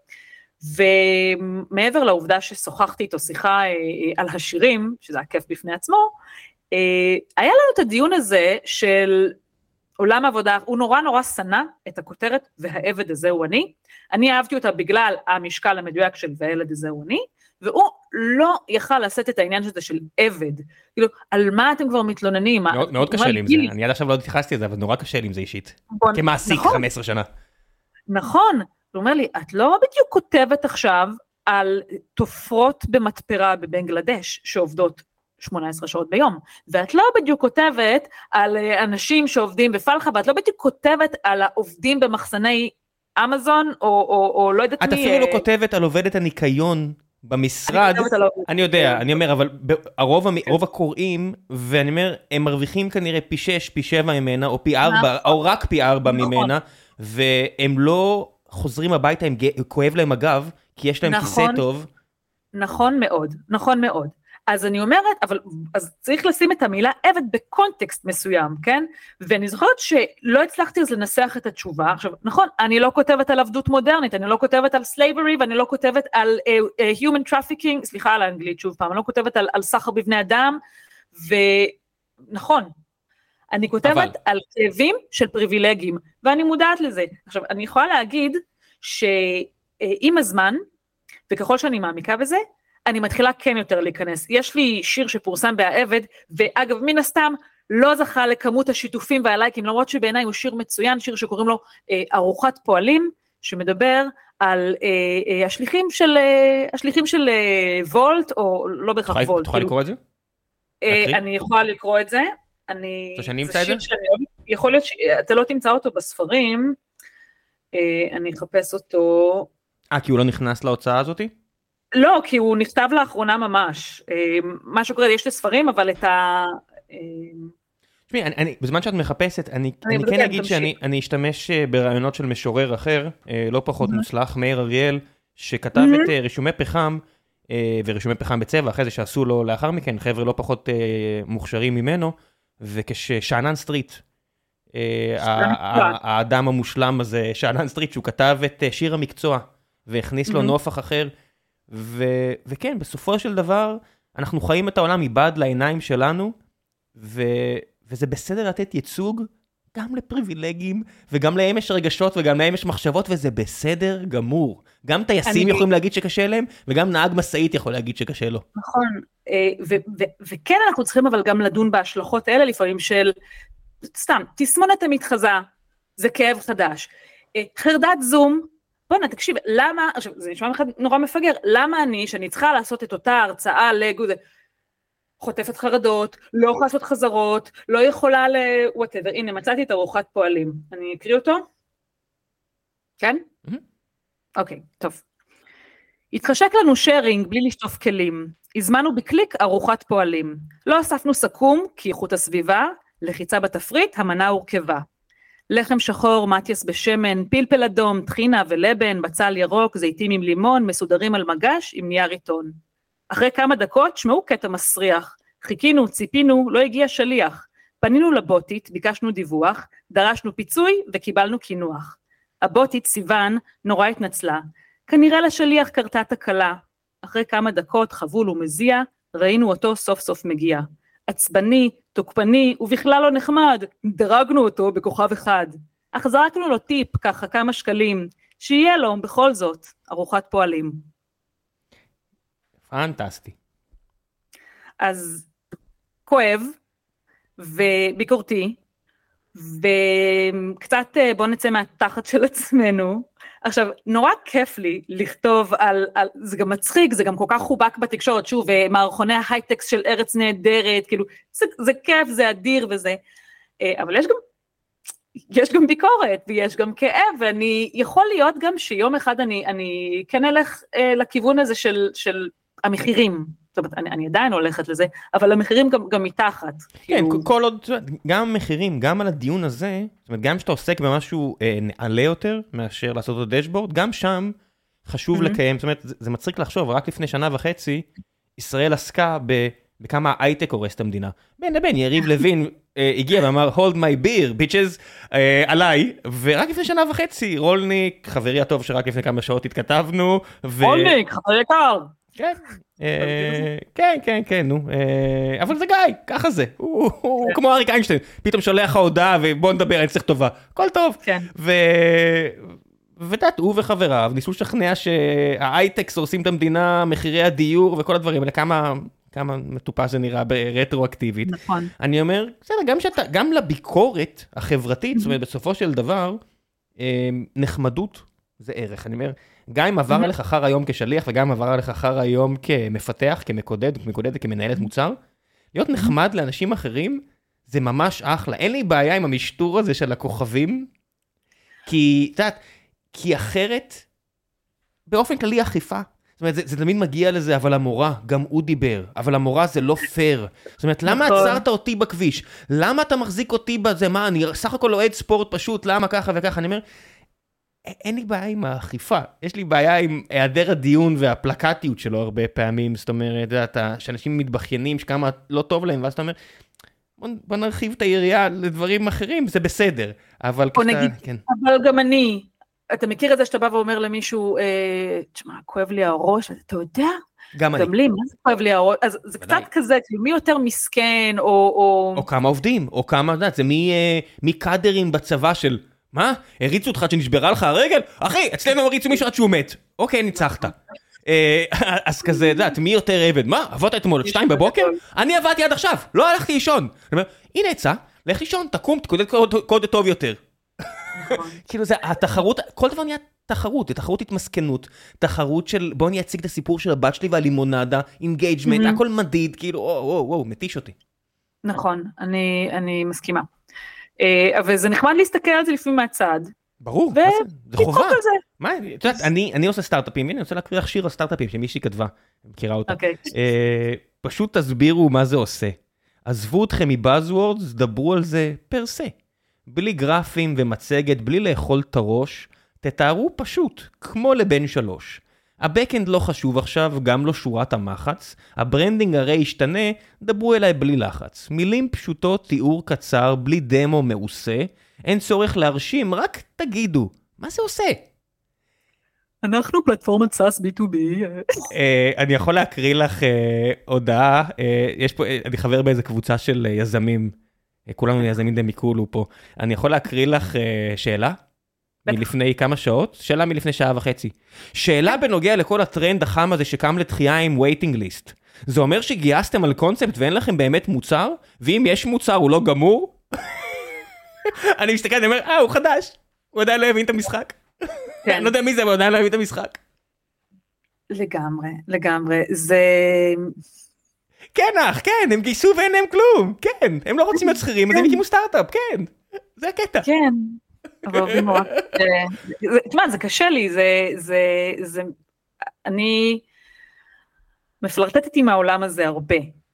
ומעבר לעובדה ששוחחתי איתו שיחה על השירים, שזה הכיף בפני עצמו, היה לנו את הדיון הזה של, עולם עבודה, הוא נורא נורא שנא את הכותרת, והעבד הזה הוא אני, אני אהבתי אותה בגלל המשקל המדויק של והילד הזה הוא אני, והוא לא יכל לשאת את העניין שזה של עבד, כאילו, על מה אתם כבר מתלוננים? מאוד, מאוד קשה לי עם זה, אני עד עכשיו לא התייחסתי לזה, אבל נורא קשה לי עם זה אישית, כמעסיק חמש עשרה שנה. נכון, הוא אומר לי, את לא בדיוק כותבת עכשיו על תופרות במתפרה בבנגלדש, שעובדות שמונה עשרה שעות ביום, ואת לא בדיוק כותבת על אנשים שעובדים בפלחה, ואת לא בדיוק כותבת על העובדים במחסני אמזון, או, או, או לא יודעת מי... את אפילו לא כותבת על עובדת הניקיון במשרד, אני יודע, אני אומר, אבל הרוב הקוראים, ואני אומר, הם מרוויחים כנראה פי שש, פי שבע ממנה, או פי ארבע, או רק פי ארבע ממנה, והם לא חוזרים הביתה, הם כואב להם הגב, כי יש להם כיסא טוב. נכון מאוד, נכון מאוד. אז אני אומרת, אבל אז צריך לשים את המילה עבד בקונטקסט מסוים, כן? ואני זוכרת שלא הצלחתי אז לנסח את התשובה. עכשיו, נכון, אני לא כותבת על עבדות מודרנית, אני לא כותבת על slavery, ואני לא כותבת על uh, uh, human trafficking, סליחה על האנגלית שוב פעם, אני לא כותבת על, על סחר בבני אדם, ונכון, אני כותבת אבל... על כאבים של פריבילגים, ואני מודעת לזה. עכשיו, אני יכולה להגיד שעם הזמן, וככל שאני מעמיקה בזה, אני מתחילה כן יותר להיכנס. יש לי שיר שפורסם בהעבד, ואגב, מן הסתם, לא זכה לכמות השיתופים והלייקים, למרות שבעיניי הוא שיר מצוין, שיר שקוראים לו אה, ארוחת פועלים, שמדבר על אה, אה, השליחים של, אה, השליחים של אה, וולט, או לא בהכרח וולט. תוכל לקרוא את זה? אה, אני יכולה לקרוא את זה. אני... זה שאני אמצא את זה? יכול להיות שאתה לא תמצא אותו בספרים, אה, אני אחפש אותו... אה, כי הוא לא נכנס להוצאה הזאתי? לא, כי הוא נכתב לאחרונה ממש. מה שקורה, יש לי ספרים, אבל את ה... תשמעי, אני, בזמן שאת מחפשת, אני, אני, אני כן אגיד שאני אני אשתמש ברעיונות של משורר אחר, לא פחות מוצלח, מאיר אריאל, שכתב את רישומי פחם, ורישומי פחם בצבע, אחרי זה שעשו לו לאחר מכן, חבר'ה לא פחות מוכשרים ממנו, וכששענן סטריט, האדם המושלם הזה, שענן סטריט, שהוא כתב את שיר המקצוע, והכניס לו נופח אחר, ו- וכן, בסופו של דבר, אנחנו חיים את העולם מבעד לעיניים שלנו, ו- וזה בסדר לתת ייצוג גם לפריבילגים, וגם להם יש רגשות, וגם להם יש מחשבות, וזה בסדר גמור. גם טייסים אני... יכולים להגיד שקשה להם, וגם נהג מסעית יכול להגיד שקשה לו. נכון, ו- ו- וכן אנחנו צריכים אבל גם לדון בהשלכות האלה, לפעמים של, סתם, תסמונת המתחזה, זה כאב חדש. חרדת זום, בוא'נה, תקשיב, למה, עכשיו, זה נשמע אחד נורא מפגר, למה אני, שאני צריכה לעשות את אותה הרצאה לגו, זה, חוטפת חרדות, לא יכולה לעשות חזרות, לא יכולה ל... whatever, הנה, מצאתי את ארוחת פועלים. אני אקריא אותו? כן? אוקיי, mm-hmm. okay, טוב. התחשק לנו שיירינג בלי לשטוף כלים. הזמנו בקליק ארוחת פועלים. לא אספנו סכום, כי איכות הסביבה, לחיצה בתפריט, המנה הורכבה. לחם שחור, מתיאס בשמן, פלפל אדום, טחינה ולבן, בצל ירוק, זיתים עם לימון, מסודרים על מגש עם נייר עיתון. אחרי כמה דקות, שמעו קטע מסריח. חיכינו, ציפינו, לא הגיע שליח. פנינו לבוטית, ביקשנו דיווח, דרשנו פיצוי וקיבלנו כינוח. הבוטית, סיוון, נורא התנצלה. כנראה לשליח קרתה תקלה. אחרי כמה דקות, חבול ומזיע, ראינו אותו סוף סוף מגיע. עצבני, תוקפני, ובכלל לא נחמד, דרגנו אותו בכוכב אחד. אך זרקנו לו טיפ, ככה כמה שקלים, שיהיה לו בכל זאת ארוחת פועלים. פנטסטי. אז כואב, וביקורתי, וקצת בוא נצא מהתחת של עצמנו. עכשיו, נורא כיף לי לכתוב על, על, זה גם מצחיק, זה גם כל כך חובק בתקשורת, שוב, מערכוני ההייטקס של ארץ נהדרת, כאילו, זה, זה כיף, זה אדיר וזה, אבל יש גם, יש גם ביקורת, ויש גם כאב, ואני, יכול להיות גם שיום אחד אני, אני כן אלך אה, לכיוון הזה של, של המחירים, זאת אומרת, אני, אני עדיין הולכת לזה, אבל המחירים גם, גם מתחת. כן, כאילו... כל עוד, גם המחירים, גם על הדיון הזה, זאת אומרת, גם שאתה עוסק במשהו אה, נעלה יותר, מאשר לעשות אותו דשבורד, גם שם חשוב mm-hmm. לקיים, זאת אומרת, זה, זה מצחיק לחשוב, רק לפני שנה וחצי, ישראל עסקה ב, בכמה הייטק הורס את המדינה. בין לבין, יריב לוין אה, הגיע ואמר, hold my beer, bitches, אה, עליי, ורק לפני שנה וחצי, רולניק, חברי הטוב שרק לפני כמה שעות התכתבנו, ו... רולניק, חברי יקר. כן, כן, כן, כן, נו, אבל זה גיא, ככה זה, הוא כמו אריק איינשטיין, פתאום שולח לך הודעה ובוא נדבר, אני צריך טובה, הכל טוב, ודעת, הוא וחבריו ניסו לשכנע שההייטקס הורסים את המדינה, מחירי הדיור וכל הדברים האלה, כמה כמה מטופש זה נראה רטרואקטיבית. נכון. אני אומר, בסדר, גם שאתה, גם לביקורת החברתית, זאת אומרת, בסופו של דבר, נחמדות זה ערך. אני אומר, גם אם עבר עליך אחר היום כשליח, וגם אם עבר עליך אחר היום כמפתח, כמקודד, כמקודד וכמנהלת מוצר, להיות נחמד לאנשים אחרים, זה ממש אחלה. אין לי בעיה עם המשטור הזה של הכוכבים, כי, את יודעת, כי אחרת, באופן כללי אכיפה, זאת אומרת, זה, זה תמיד מגיע לזה, אבל המורה, גם הוא דיבר, אבל המורה זה לא פייר. זאת אומרת, למה עצרת אותי בכביש? למה אתה מחזיק אותי בזה? מה, אני סך הכל אוהד ספורט פשוט, למה ככה וככה? אני אומר, אין לי בעיה עם האכיפה, יש לי בעיה עם היעדר הדיון והפלקטיות שלו הרבה פעמים, זאת אומרת, שאנשים מתבחיינים, שכמה לא טוב להם, ואז אתה אומר, בוא, בוא נרחיב את היריעה לדברים אחרים, זה בסדר, אבל או נגיד, כן. אבל גם אני, אתה מכיר את זה שאתה בא ואומר למישהו, תשמע, כואב לי הראש, אתה יודע? גם אני. גם לי, מה זה כואב לי הראש? אז זה קצת כזה, מי יותר מסכן, או... או, או כמה עובדים, או כמה, יודעת, זה מי, מי קאדרים בצבא של, מה? הריצו אותך שנשברה לך הרגל? אחי, אצלנו הריצו מישהו עד שהוא מת. אוקיי, ניצחת. אז כזה, יודעת, מי יותר עבד? מה? עבדת אתמול, שתיים בבוקר? אני עבדתי עד עכשיו, לא הלכתי לישון. אני אומר, הנה עצה, לך לישון, תקום, תקודד קוד טוב יותר. כאילו זה, התחרות, כל דבר נהיה תחרות, תחרות התמסכנות, תחרות של, בוא אני אציג את הסיפור של הבת שלי והלימונדה, אינגייג'מנט, הכל מדיד, כאילו, וואו, וואו, וואו, מתיש אותי. נכון, אני, אני מסכימה. אבל זה נחמד להסתכל על זה לפעמים מהצד. ברור, זה חובה. מה, את יודעת, אני עושה סטארט-אפים, הנה, אני רוצה להקריא לך שיר על סטארט-אפים, שמישהי כתבה, מכירה אותה. פשוט תסבירו מה זה עושה. עזבו אתכם מבאזוורדס, דברו על זה פר סה. בלי גרפים ומצגת, בלי לאכול את הראש, תתארו פשוט, כמו לבן שלוש. הבקאנד לא חשוב עכשיו, גם לא שורת המחץ, הברנדינג הרי ישתנה, דברו אליי בלי לחץ. מילים פשוטות, תיאור קצר, בלי דמו מעושה, אין צורך להרשים, רק תגידו, מה זה עושה? אנחנו פלטפורמת סאס בי טו בי. אני יכול להקריא לך הודעה, יש פה, אני חבר באיזה קבוצה של יזמים, כולנו יזמים דמיקולו פה, אני יכול להקריא לך שאלה? מלפני כמה שעות? שאלה מלפני שעה וחצי. שאלה בנוגע לכל הטרנד החם הזה שקם לתחייה עם waiting list. זה אומר שגייסתם על קונספט ואין לכם באמת מוצר? ואם יש מוצר הוא לא גמור? אני מסתכל, אני אומר, אה, הוא חדש. הוא עדיין לא הבין את המשחק. אני לא יודע מי זה, אבל הוא עדיין לא הבין את המשחק. לגמרי, לגמרי. זה... כן אח, כן, הם גייסו ואין להם כלום. כן, הם לא רוצים להיות שכירים, אז הם הקימו סטארט-אפ, כן. זה הקטע. כן. אבל תשמע, זה קשה לי, זה, זה, זה, אני מפלרטטת עם העולם הזה הרבה,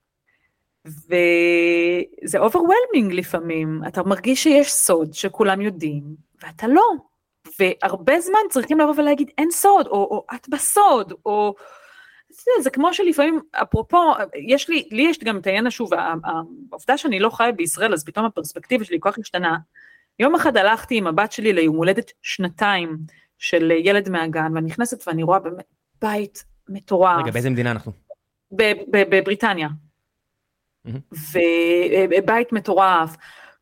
וזה overwhelming לפעמים, אתה מרגיש שיש סוד שכולם יודעים, ואתה לא, והרבה זמן צריכים לבוא ולהגיד, אין סוד, או, או את בסוד, או, זה כמו שלפעמים, אפרופו, יש לי, לי יש גם את העניין שוב, העובדה שאני לא חיה בישראל, אז פתאום הפרספקטיבה שלי כל כך השתנה, יום אחד הלכתי עם הבת שלי ליום הולדת שנתיים של ילד מהגן, ואני נכנסת ואני רואה באמת בית מטורף. רגע, באיזה מדינה אנחנו? בבריטניה. ובית מטורף,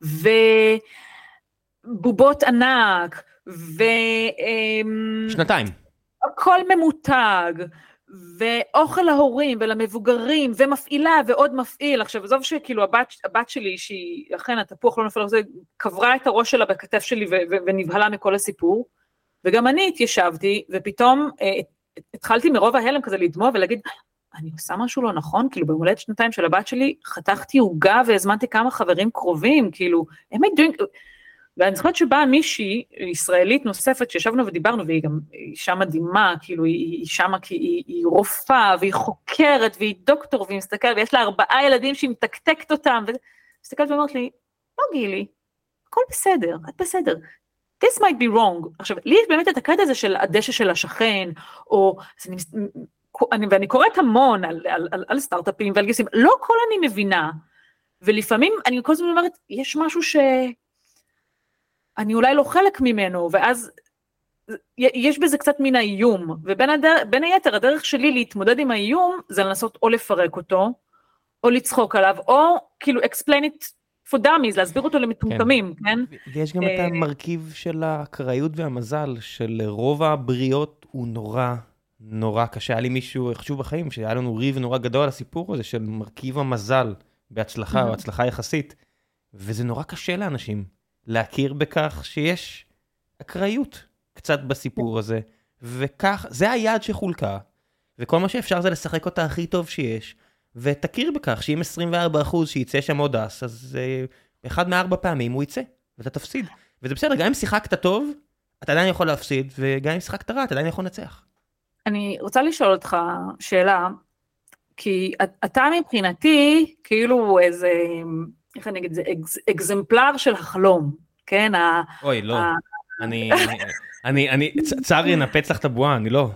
ובובות ענק, ו... שנתיים. הכל ממותג, ואוכל להורים ולמבוגרים, ומפעילה ועוד מפעיל. עכשיו, עזוב שכאילו הבת, הבת שלי, שהיא אכן התפוח לא נפל, קברה את הראש שלה בכתף שלי, ו- ו- ונבהלה מכל הסיפור, וגם אני התיישבתי, ופתאום אה, התחלתי מרוב ההלם כזה לדמוע, ולהגיד, אני עושה משהו לא נכון, כאילו במולדת שנתיים של הבת שלי, חתכתי עוגה, והזמנתי כמה חברים קרובים, כאילו, am I doing... ואני זוכרת שבאה מישהי, ישראלית נוספת, שישבנו ודיברנו, והיא גם אישה מדהימה, כאילו היא אישה, כי היא, היא רופאה, והיא חוקרת, והיא דוקטור, והיא מסתכלת, ויש לה ארבעה ילדים שהיא מתקתקת אותם, ומסתכלת ואומרת לי, לא גילי, הכל בסדר, את בסדר, this might be wrong. עכשיו, לי יש באמת את הקטע הזה של הדשא של השכן, או, אני, אני, ואני קוראת המון על, על, על, על סטארט-אפים ועל גיוסים, לא כל אני מבינה, ולפעמים אני כל הזמן אומרת, יש משהו ש... אני אולי לא חלק ממנו, ואז יש בזה קצת מן האיום, ובין הדר, בין היתר, הדרך שלי להתמודד עם האיום, זה לנסות או לפרק אותו, או לצחוק עליו, או כאילו explain it for dummies, להסביר אותו למטומטמים, כן? ויש גם את המרכיב של האקראיות והמזל, של רוב הבריאות הוא נורא, נורא קשה. היה לי מישהו חשוב בחיים, שהיה לנו ריב נורא גדול על הסיפור הזה, של מרכיב המזל בהצלחה, או הצלחה יחסית, וזה נורא קשה לאנשים, להכיר בכך שיש אקראיות קצת בסיפור הזה, וכך, זה היעד שחולקה, וכל מה שאפשר זה לשחק אותה הכי טוב שיש, ותכיר בכך שאם עשרים וארבעה אחוז שיצא שם עוד אס, אז uh, אחד מארבע פעמים הוא יצא, ואתה תפסיד. וזה בסדר, גם אם שיחקת טוב, אתה עדיין יכול להפסיד, וגם אם שיחקת רע, אתה עדיין יכול לנצח. אני רוצה לשאול אותך שאלה, כי אתה מבחינתי, כאילו איזה, איך אני אגיד, זה אקזמפלר של החלום, כן? אוי, לא. אני, אני, אני, צערי נפץ לך את הבועה, אני לא.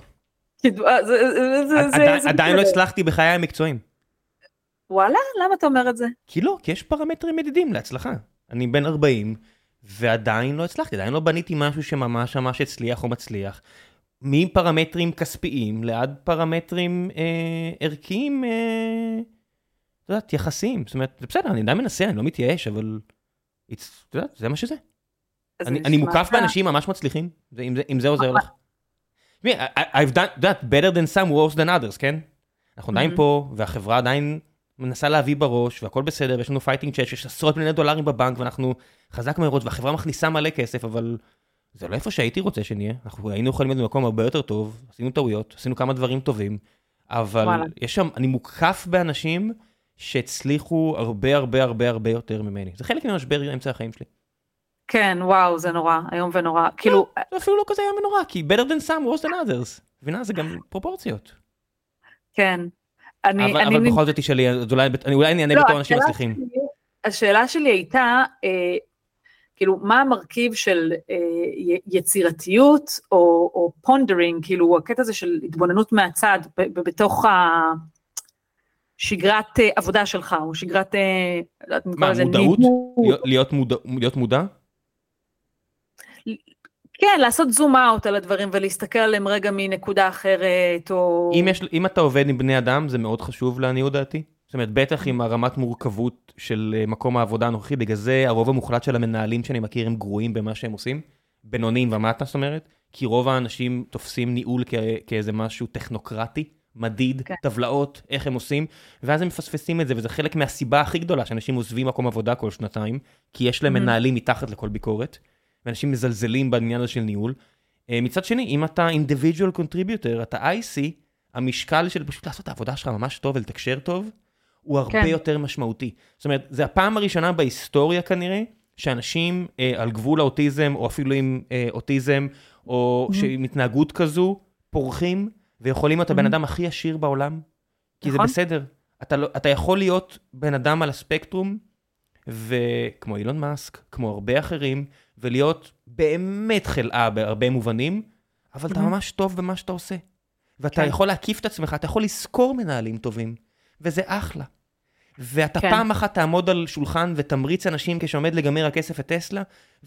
עדיין לא הצלחתי בחיי המקצועים. וואלה? למה אתה אומר את זה? כי לא, כי יש פרמטרים מדידים להצלחה. אני בן ארבעים, ועדיין לא הצלחתי, עדיין לא בניתי משהו שממש ממש הצליח או מצליח. מפרמטרים כספיים לעד פרמטרים אה, ערכיים, אה, אתה יודעת, יחסיים. זאת אומרת, זה בסדר, אני עדיין מנסה, אני לא מתייאש, אבל אתה יודעת, זה מה שזה. אני, אני מוקף באנשים ממש מצליחים, אם זה, אם זה עוזר לך. I've done that better than some, worse than others, כן? אנחנו עדיין פה, והחברה עדיין מנסה להביא בראש, והכל בסדר, ויש לנו פייטינג צ'אט, שיש עשרות מיליוני דולרים בבנק, ואנחנו חזק מהראש, והחברה מכניסה מלא כסף, אבל זה לא איפה שהייתי רוצה שנהיה. אנחנו היינו יכולים להיות במקום הרבה יותר טוב, עשינו טעויות, עשינו כמה דברים טובים, אבל יש שם, אני מוקף באנשים שהצליחו הרבה הרבה הרבה הרבה יותר ממני. זה חלק מהמשבר אמצע החיים שלי. כן, וואו, זה נורא, היום ונורא. כאילו, זה אפילו לא כזה היום ונורא, כי better than some, worse than others. מבינה, זה גם פרופורציות. כן. אבל בכל זאת תשאלי, אולי אני אענה בתור אנשים מצליחים. השאלה שלי הייתה, כאילו, מה המרכיב של יצירתיות או פונדרינג, כאילו, הקטע הזה של התבוננות מהצד, בתוך שגרת עבודה שלך, או שגרת, מה, מודעות? להיות מודע? כן, לעשות זום אאוט על הדברים, ולהסתכל עליהם רגע מנקודה אחרת, או... אם, יש, אם אתה עובד עם בני אדם, זה מאוד חשוב לעניות דעתי. זאת אומרת, בטח עם הרמת מורכבות של מקום העבודה הנוכחי, בגלל זה הרוב המוחלט של המנהלים שאני מכיר הם גרועים במה שהם עושים, בינוניים ומטה, זאת אומרת, כי רוב האנשים תופסים ניהול כ- כאיזה משהו טכנוקרטי, מדיד, okay. טבלאות, איך הם עושים, ואז הם מפספסים את זה, וזה חלק מהסיבה הכי גדולה, שאנשים עוזבים מקום עבודה כל שנתיים, כי יש להם mm-hmm. מנהלים מתחת לכל ביקורת, ואנשים מזלזלים בעניין הזה של ניהול. מצד שני, אם אתה individual contributor, אתה איי סי, המשקל של פשוט לעשות את העבודה שלך ממש טוב ולתקשר טוב, הוא הרבה כן. יותר משמעותי. זאת אומרת, זה הפעם הראשונה בהיסטוריה כנראה, שאנשים אה, על גבול האוטיזם, או אפילו עם אה, אוטיזם, או mm-hmm. שעם התנהגות כזו, פורחים, ויכולים להיות mm-hmm. הבן אדם הכי עשיר בעולם, כי נכון. זה בסדר. אתה, לא, אתה יכול להיות בן אדם על הספקטרום, וכמו אילון מאסק, כמו הרבה אחרים, ולהיות באמת חלאה בהרבה מובנים, אבל mm-hmm. אתה ממש טוב במה שאתה עושה. ואתה כן. יכול להקיף את עצמך, אתה יכול לזכור מנהלים טובים, וזה אחלה. ואתה כן. פעם אחת תעמוד על שולחן ותמריץ אנשים כשעומד לגמר הכסף את טסלה,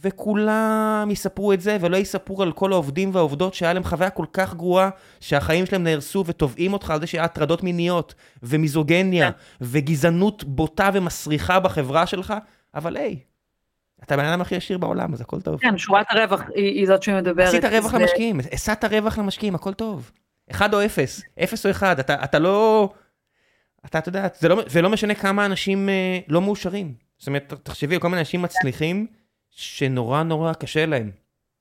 וכולם יספרו את זה, ולא יספרו על כל העובדים והעובדות שהיה להם חוויה כל כך גרועה, שהחיים שלהם נהרסו ותובעים אותך על זה שהיה הטרדות מיניות, ומיזוגניה, כן. וגזענות בוטה ומסריחה בחברה שלך, אבל היי, אתה בן אדם הכי עשיר בעולם, אז הכל טוב. כן, שורת הרווח היא, היא זאת שמדברת. עשית הרווח זה... למשקיעים, עשית הרווח למשקיעים, הכל טוב. אחד או אפס, אפס או אחד, אתה, אתה לא... אתה, אתה יודע, זה לא, זה לא משנה כמה אנשים אה, לא מאושרים. זאת אומרת, תחשבי על כל מיני אנשים מצליחים, שנורא נורא קשה להם.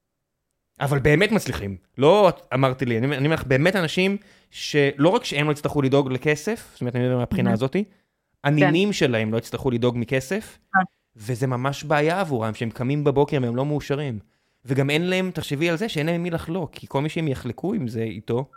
אבל באמת מצליחים. לא אמרתי לי, אני, אני אומר לך, באמת אנשים שלא רק שהם לא יצטרכו לדאוג לכסף, זאת אומרת, אני יודע מהבחינה הזאת, הנינים שלהם לא יצטרכו לדאוג מכסף, וזה ממש בעיה עבורם, שהם קמים בבוקר והם לא מאושרים. וגם אין להם, תחשבי על זה, שאין להם מי לחלוק, כי כל מי שהם יחלקו עם זה איתו,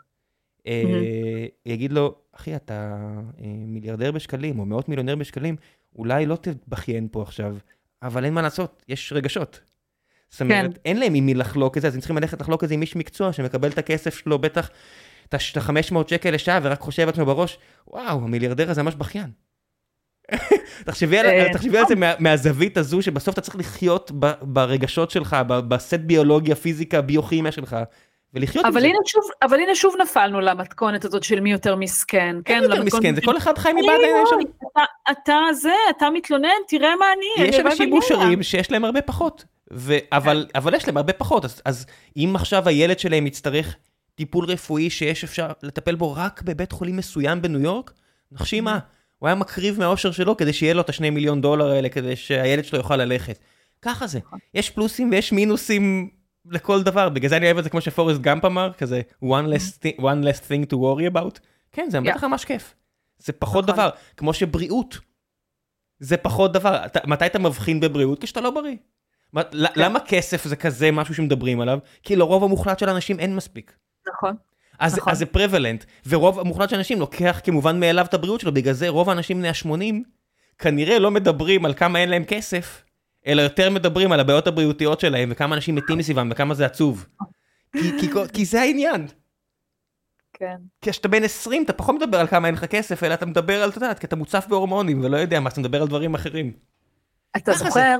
יגיד לו, אחי, אתה מיליארדר בשקלים, או מאות מיליונר בשקלים, אולי לא תבחיין פה עכשיו, אבל אין מה לעשות, יש רגשות. זאת אומרת, אין להם עם מי לחלוק את זה, אז הם צריכים ללכת לחלוק את זה עם איש מקצוע, שמקבל את הכסף שלו, בטח את ה-חמש מאות שקל לשעה, ורק חושב עצמו בראש, וואו, המיליארדר הזה ממש בכיין. תחשבי על זה מהזווית הזו, שבסוף אתה צריך לחיות ברגשות שלך, בסט ביולוגיה, פיזיקה, ביוכימיה שלך, ולחיות עם זה. אבל הנה שוב נפלנו למתכונת הזאת של מי יותר מסכן, כן? יותר מסכן, זה כל אחד חי מבעד העיניים שלו. אתה זה, אתה מתלונן, תראה מה אני. יש אנשים מאושרים שיש להם הרבה פחות, אבל יש להם הרבה פחות, אז אם עכשיו הילד שלהם יצטרך טיפול רפואי שיש אפשר לטפל בו רק בבית חולים מסוים בניו יורק, נחשי מה? הוא היה מקריב מהאושר שלו כדי שיהיה לו את השני מיליון דולר האלה, כדי שהילד שלו יוכל ללכת. ככה זה. יש פלוסים ויש מינוסים לכל דבר. בגלל זה אני אוהב את זה כמו שפורסט גאמפ אמר, כזה one less, one less thing to worry about. כן, זה בטח ממש כיף. זה פחות דבר. כמו שבריאות. זה פחות דבר. מתי אתה מבחין בבריאות? כשאתה לא בריא. למה כסף זה כזה משהו שמדברים עליו? כי לרוב המוחלט של האנשים אין מספיק. נכון. אז, נכון. אז זה פרבלנט, ורוב המוחלט של אנשים לוקח כמובן מאליו את הבריאות שלו, בגלל זה רוב האנשים בני ה-שמונים כנראה לא מדברים על כמה אין להם כסף, אלא יותר מדברים על הבעיות הבריאותיות שלהם, וכמה אנשים מתים מסביבם, וכמה זה עצוב. כי, כי, כי זה העניין. כן. כי כשאתה בן עשרים, אתה פחות מדבר על כמה אין לך כסף, אלא אתה מדבר על, אתה יודעת, כי אתה מוצף בהורמונים, ולא יודע מה, אתה מדבר על דברים אחרים. אתה זוכר,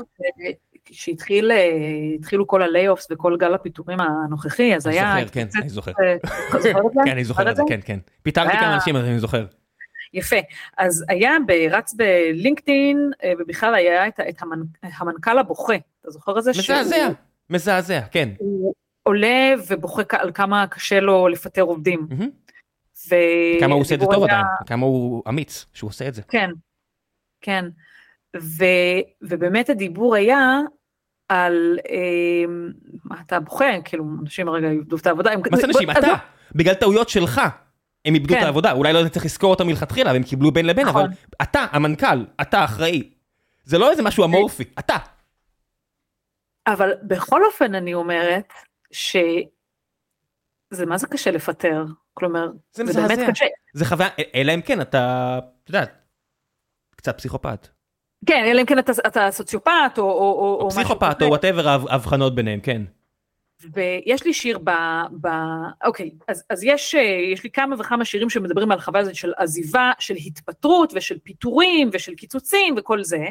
כשהתחילו כל הליי-אופס וכל גל הפיטורים הנוכחי, אז היה... אני זוכר, כן, אני זוכר. כן, אני זוכר את זה, כן, כן. פיטרתי כמה אנשים, אז אני זוכר. יפה. אז היה רץ בלינקדאין, ובכלל היה את המנכ"ל הבוכה. אתה זוכר את זה? מזעזע, מזעזע, כן. הוא עולה ובוכה על כמה קשה לו לפטר עובדים. כמה הוא עושה את זה טוב עדיין, כמה הוא אמיץ שהוא עושה את זה. כן, כן. ו, ובאמת הדיבור היה על, אה, מה אתה בוכה, כאילו אנשים הרגע יבדו את העבודה. מה זה אנשים? אתה, בגלל טעויות שלך, הם יבדו את העבודה, אולי לא צריך לזכור אותם מלכתחילה, והם קיבלו בין לבין, אבל אתה, המנכ"ל, אתה אחראי. זה לא איזה משהו אמורפי, אתה. אבל בכל אופן אני אומרת, שזה מה זה קשה לפטר, כלומר, זה באמת קשה. זה חוויה, אלא אם כן, אתה, אתה יודע, קצת פסיכופת. כן, אלא אם כן אתה סוציופט, או, או, או פסיכופט, או whatever ההבחנות ביניהם, כן. ויש לי שיר ב... ב... אוקיי, אז, אז יש, יש לי כמה וכמה שירים שמדברים על חוויה הזאת של עזיבה, של התפטרות, ושל פיטורים, ושל קיצוצים, וכל זה,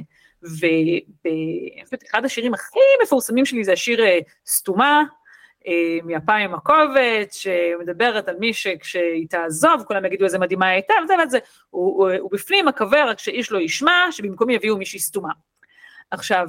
ואחד השירים הכי מפורסמים שלי זה השיר סתומה, מהפעם הקובץ, שמדברת על מי שכשהיא תעזוב, כולם יגידו איזה מדהימה היא הייתה, וזה וזה, הוא, הוא, הוא בפנים מקווה רק שאיש לא ישמע, שבמקום יביאו מישהי סתומה. עכשיו,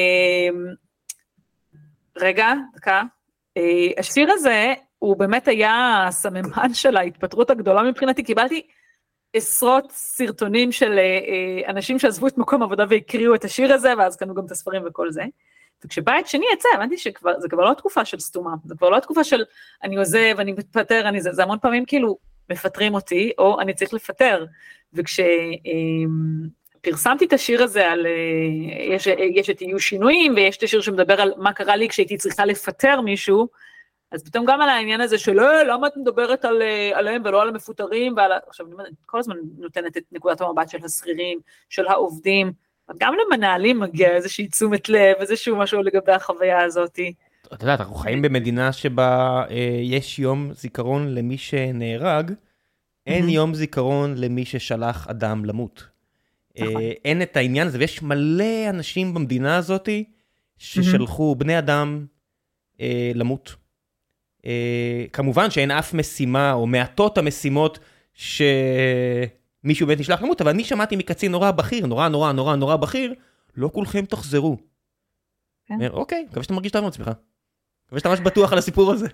רגע, דקה, השיר הזה, הוא באמת היה הסממן של ההתפטרות הגדולה מבחינתי, קיבלתי עשרות סרטונים של אנשים שעזבו את מקום עבודה והקריאו את השיר הזה, ואז קנו גם את הספרים וכל זה. וכשבית שני יצא, הבנתי שזה כבר לא תקופה של סתומה, זה כבר לא תקופה של אני עוזב, אני מתפטר, אני זה, זה המון פעמים כאילו מפטרים אותי, או אני צריך לפטר. וכשפרסמתי את השיר הזה על, יש, יש את יהיו שינויים, ויש את השיר שמדבר על מה קרה לי כשהייתי צריכה לפטר מישהו, אז פתאום גם על העניין הזה של, למה את מדברת על, עליהם ולא על המפוטרים, ועל, עכשיו, אני כל הזמן נותנת את נקודת המבט של השכירים, של העובדים, גם למנהלים מגיע איזושהי תשומת לב, איזשהו משהו לגבי החוויה הזאת. אתה יודע, אנחנו חיים במדינה שבה אה, יש יום זיכרון למי שנהרג, אין יום זיכרון למי ששלח אדם למות. אה, אין את העניין הזה, ויש מלא אנשים במדינה הזאת ששלחו בני אדם אה, למות. אה, כמובן שאין אף משימה, או מעטות המשימות ש... מישהו באמת נשלח למות, אבל אני שמעתי מקצין נורא בכיר, נורא נורא נורא נורא בכיר, לא כולכם תחזרו. אומר, אוקיי, מקווה שאתה מרגיש טוב מעצמך. מקווה שאתה ממש בטוח על הסיפור הזה.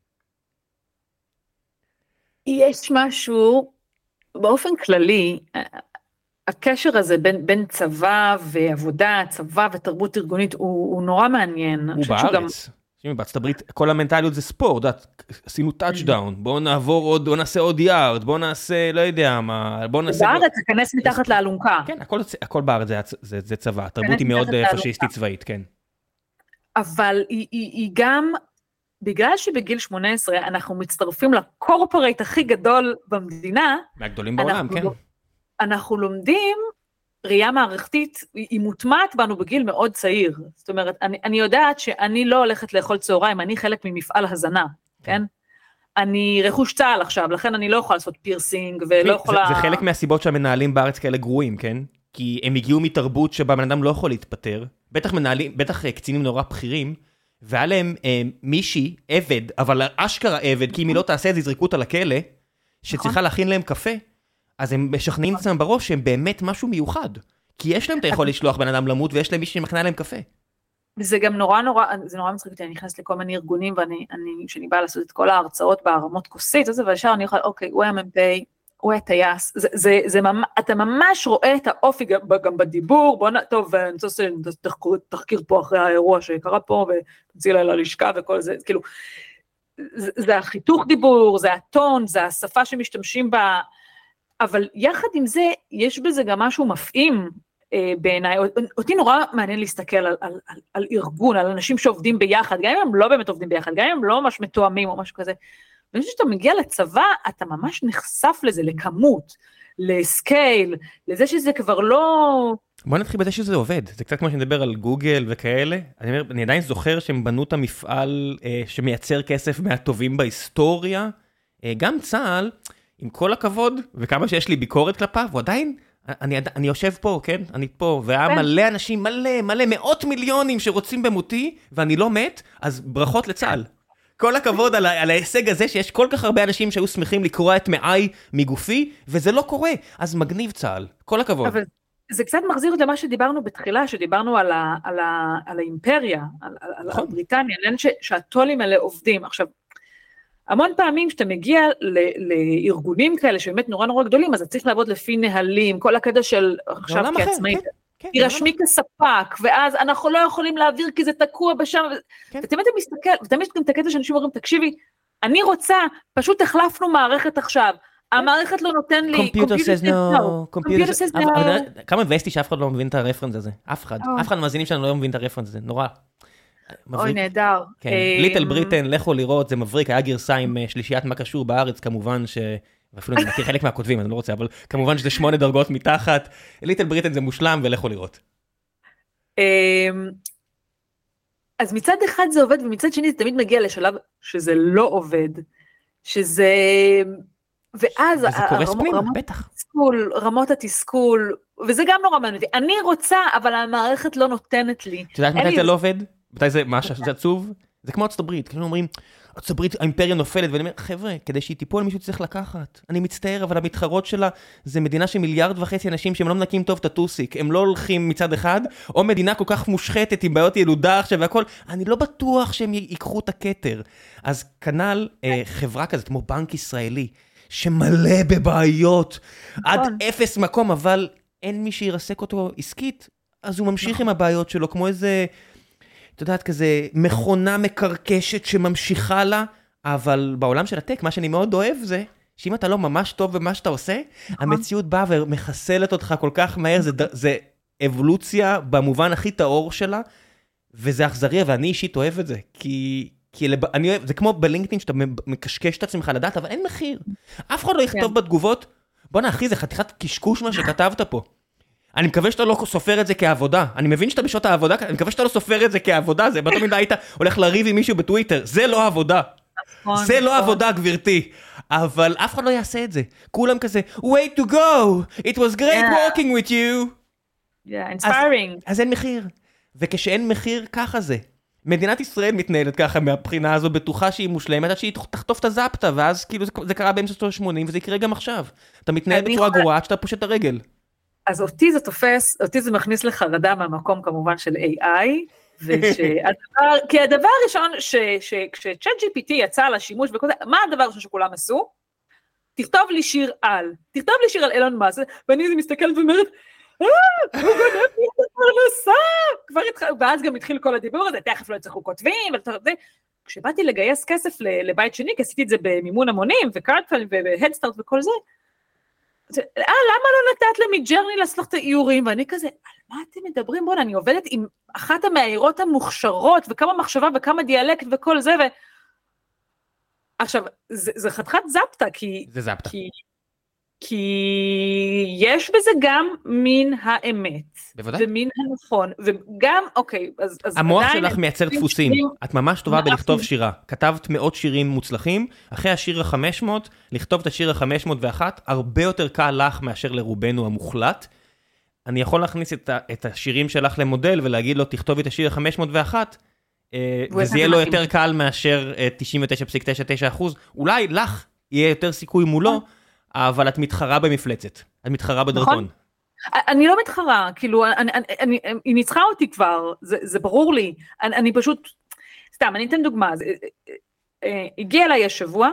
יש משהו, באופן כללי, הקשר הזה בין, בין צבא ועבודה, צבא ותרבות ארגונית, הוא, הוא נורא מעניין. הוא בארץ. בארצות הברית, כל המנטליות זה ספורט, עשינו טאצ'דאון, בואו נעבור עוד, בואו נעשה עוד יארד, בואו נעשה, לא יודע מה, בואו נעשה... בארץ, תכנס מתחת לאלונקה. כן, הכל בארץ זה צבא, התרבות היא מאוד פשיסטית צבאית, כן. אבל היא גם, בגלל שבגיל שמונה עשרה אנחנו מצטרפים לקורפורייט הכי גדול במדינה, מהגדולים בעולם, כן. אנחנו לומדים ראייה מערכתית, היא מוטמעת בנו בגיל מאוד צעיר. זאת אומרת, אני, אני יודעת שאני לא הולכת לאכול צהריים, אני חלק ממפעל הזנה, כן? אני רכוש צהל עכשיו, לכן אני לא יכולה לעשות פירסינג, ולא יכולה... זה, זה חלק מהסיבות שהמנהלים בארץ כאלה גרועים, כן? כי הם הגיעו מתרבות שבה בן אדם לא יכול להתפטר, בטח מנהלים, בטח קצינים נורא בכירים, והיה להם אה, מישהי, עבד, אבל אשכרה עבד, כי אם היא לא תעשה את זה, יזרקו אותה לכלא, שצריכה להכין להם קפה, אז הם משכנעים את עצמם בראש שהם באמת משהו מיוחד, כי יש להם את היכול לשלוח בן אדם למות, ויש להם מישהי שמכנה להם קפה. וזה גם נורא נורא, זה נורא מצחיק אותי, אני נכנסת לכל מיני ארגונים, ואני, אני, כשאני באה לעשות את כל ההרצאות בהרמות כוסית, אז וישר אני יכולה, אוקיי, הוא היה מ"פ, הוא היה טייס, זה, זה, זה ממש, אתה ממש רואה את האופי גם, גם בדיבור, בוא נ... טוב, אני רוצה לעשות תחקיר פה אחרי האירוע שקרה פה, ותמציא לה ללשכה וכל זה, כאילו, זה, זה החיתוך דיבור, זה הטון, זה השפה שמשתמשים בה, אבל יחד עם זה, יש בזה גם משהו מפעים, בעיניי, אותי נורא מעניין להסתכל על, על, על, על ארגון, על אנשים שעובדים ביחד, גם אם הם לא באמת עובדים ביחד, גם אם הם לא ממש מתואמים או משהו כזה, ואני חושבת שאתה מגיע לצבא, אתה ממש נחשף לזה, לכמות, לסקייל, לזה שזה כבר לא... בוא נתחיל בזה שזה עובד, זה קצת כמו שנדבר על גוגל וכאלה, אני, אומר, אני עדיין זוכר שהם בנו את המפעל אה, שמייצר כסף מהטובים בהיסטוריה, אה, גם צה"ל, עם כל הכבוד, וכמה שיש לי ביקורת כלפיו, הוא עדיין... אני, אני יושב פה, כן? אני פה, והיה מלא אנשים, מלא, מלא, מאות מיליונים שרוצים במותי, ואני לא מת, אז ברכות לצה"ל. כל הכבוד על, על ההישג הזה, שיש כל כך הרבה אנשים שהיו שמחים לקרוע את מעי מגופי, וזה לא קורה, אז מגניב צה"ל. כל הכבוד. אבל זה קצת מחזיר את למה שדיברנו בתחילה, שדיברנו על, ה, על, ה, על האימפריה, על, על, על בריטניה, ש, שהטולים האלה עובדים. עכשיו, המון פעמים שאתה מגיע לארגונים כאלה שבאמת נורא נורא גדולים, אז אתה צריך לעבוד לפי נהלים, כל הקטע של עכשיו כעצמאי, תירשמי כספק, ואז אנחנו לא יכולים להעביר כי זה תקוע בשם, ותמיד אתה מסתכל, ותמיד גם את הקטע שאנשים אומרים, תקשיבי, אני רוצה, פשוט החלפנו מערכת עכשיו, המערכת לא נותן לי, computer says no, computer says no, כמה מבאסתי שאף אחד לא מבין את הרפרנס הזה, אף אחד, אף אחד מהמאזינים שלנו לא מבין את הרפרנס הזה, נורא. אוי, נהדר. ליטל בריטן, לכו לראות, זה מבריק, היה גרסה עם שלישיית מה קשור בארץ, כמובן ש... ואפילו אני מכיר חלק מהכותבים, אני לא רוצה, אבל כמובן שזה שמונה דרגות מתחת, ליטל בריטן זה מושלם, ולכו לראות. אז מצד אחד זה עובד, ומצד שני זה תמיד מגיע לשלב שזה לא עובד, שזה... ואז רמות התסכול, וזה גם נורא מעניין אותי, אני רוצה, אבל המערכת לא נותנת לי. את יודעת מתי זה לא עובד? מתי זה משהו שעצוב? זה כמו ארצות הברית, כאילו אומרים, ארצות הברית, האימפריה נופלת, ואני אומר, חבר'ה, כדי שהיא תיפול מישהו צריך לקחת. אני מצטער, אבל המתחרות שלה, זה מדינה של מיליארד וחצי אנשים שהם לא מנקים טוב את הטוסיק, הם לא הולכים מצד אחד, או מדינה כל כך מושחתת עם בעיות ילודה עכשיו והכל, אני לא בטוח שהם ייקחו את הכתר. אז כנ"ל אה, חברה כזאת, כמו בנק ישראלי, שמלא בבעיות, עד אפס מקום, אבל אין מי שירסק אותו עסקית, אז הוא ממשיך עם הבעיות שלו, כמו איזה... את יודעת, כזה מכונה מקרקשת שממשיכה לה, אבל בעולם של הטק, מה שאני מאוד אוהב זה, שאם אתה לא ממש טוב במה שאתה עושה, המציאות באה ומחסלת אותך כל כך מהר, זה, זה אבולוציה במובן הכי טהור שלה, וזה אכזרי, ואני אישית אוהב את זה, כי, כי אני אוהב, זה כמו בלינקדאין שאתה מקשקש את עצמך לדעת, אבל אין מחיר. אף אחד לא יכתוב בתגובות, בוא נאחי, זה חתיכת קשקוש מה שכתבת פה. אני מקווה שאתה לא סופר את זה כעבודה. אני מבין שאתה בשעות העבודה, אני מקווה שאתה לא סופר את זה כעבודה. זה באותו מידה היית הולך לריב עם מישהו בטוויטר. זה לא עבודה. זה לא עבודה, גבירתי. אבל אף אחד לא יעשה את זה. כולם כזה, way to go! It was great working with you! Yeah, inspiring. אז אין מחיר. וכשאין מחיר, ככה זה. מדינת ישראל מתנהלת ככה מהבחינה הזו, בטוחה שהיא מושלמת, עד שהיא תחטוף את הזפטה, ואז כאילו זה קרה באמצע שנות ה-שמונים, וזה יקרה גם עכשיו. אתה מתנהל בצורה גרועה, עד שאתה פושט את הרגל. אז אותי זה תופס, אותי זה מכניס לחרדה מהמקום כמובן של איי איי, ושהדבר, כי הדבר הראשון, שכש-צ'אט ג'י פי טי יצא לשימוש וכל זה, מה הדבר הראשון שכולם עשו? תכתוב לי שיר על, תכתוב לי שיר על אילון מאסק, ואני מסתכלת ואומרת, אה, הוא גונב לי את הפרנסה, כבר התחיל, ואז גם התחיל כל הדיבור הזה, תכף לא יצטרכו כותבים, כשבאתי לגייס כסף לבית שני, כי עשיתי את זה במימון המונים, וקארטפל והדסטארט וכל זה, אה, למה לא נתת למידג'רני לעשות לך את האיורים? ואני כזה, על מה אתם מדברים? בואו, אני עובדת עם אחת המאיירות המוכשרות, וכמה מחשבה וכמה דיאלקט וכל זה, ו... עכשיו, זה, זה חתיכת זפטה, כי... זה זפטה. כי, כי יש בזה גם מין האמת. בוודאי. ומין הנכון, וגם, אוקיי, אז... אז המוח עדיין שלך מייצר דפוסים. את ממש טובה בלכתוב שירה. כתבת מאות שירים מוצלחים, אחרי השיר ה-חמש מאות, לכתוב את השיר ה-חמש מאות ואחת, הרבה יותר קל לך מאשר לרובנו המוחלט. אני יכול להכניס את, ה, את השירים שלך למודל, ולהגיד לו, תכתוב את השיר ה-חמש מאות ואחת, וזה יהיה לו יותר קל מאשר תשעים ותשע נקודה תשע תשע אחוז. אולי לך יהיה יותר סיכוי מולו, אבל את מתחרה במפלצת. את מתחרה בדרקון. אני לא מתחרה, כאילו, היא ניצחה אותי כבר, זה ברור לי. אני פשוט, סתם, אני אתן דוגמה. הגיע אליי השבוע,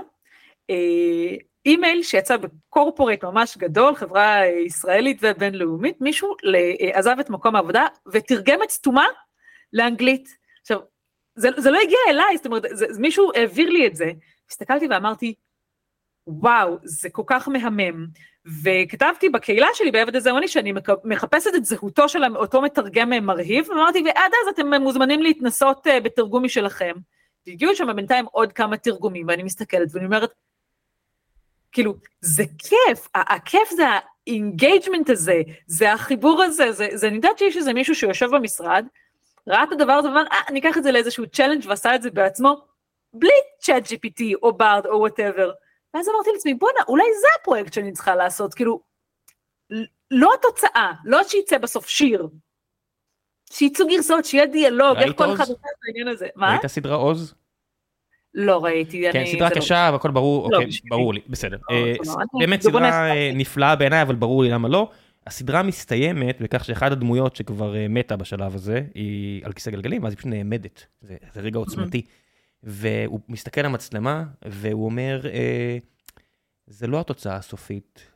אימייל שיצא בקורפורט ממש גדול, חברה ישראלית ובינלאומית, מישהו עזב את מקום העבודה, ותרגמת סתומה לאנגלית. עכשיו, זה, זה לא הגיע אליי, זאת אומרת, זה, מישהו העביר לי את זה, הסתכלתי ואמרתי, וואו, זה כל כך מהמם, וכתבתי בקהילה שלי בעבד הזהוני, שאני מחפשת את זהותו של אותו מתרגם מרהיב, ואמרתי, ועד אז אתם מוזמנים להתנסות בתרגום משלכם, והגיעו שם בינתיים עוד כמה תרגומים, ואני מסתכלת ואני אומרת, כאילו, זה כיף, הכיף זה האינגייג'מנט הזה, זה החיבור הזה, זה, זה אני יודעת שיש איזה מישהו שיושב במשרד, ראה את הדבר הזה, ואמר, אה, אני אקח את זה לאיזשהו צ'לנג' ועשה את זה בעצמו, בלי צ'אט ג'י פי טי או בארד או whatever, ואז אמרתי לעצמי, בוא'נה, אולי זה הפרויקט שאני צריכה לעשות, כאילו, לא התוצאה, לא שיצא בסוף שיר, שיצאו גרסאות, שיהיה דיאלוג, איך כל אחד עושה את העניין הזה. מה? ראית סדרה עוז? לא ראיתי. כן, סדרה קשה, והכל ברור, אוקיי, ברור לי, בסדר. באמת סדרה נפלאה בעיניי, אבל ברור לי למה לא. הסדרה מסתיימת בכך שאחד הדמויות שכבר מתה בשלב הזה, היא על כיסא גלגלים, ואז היא פשוט נעמדת. זה רגע עוצמתי. והוא מסתכל על המצלמה, והוא אומר, זה לא התוצאה הסופית,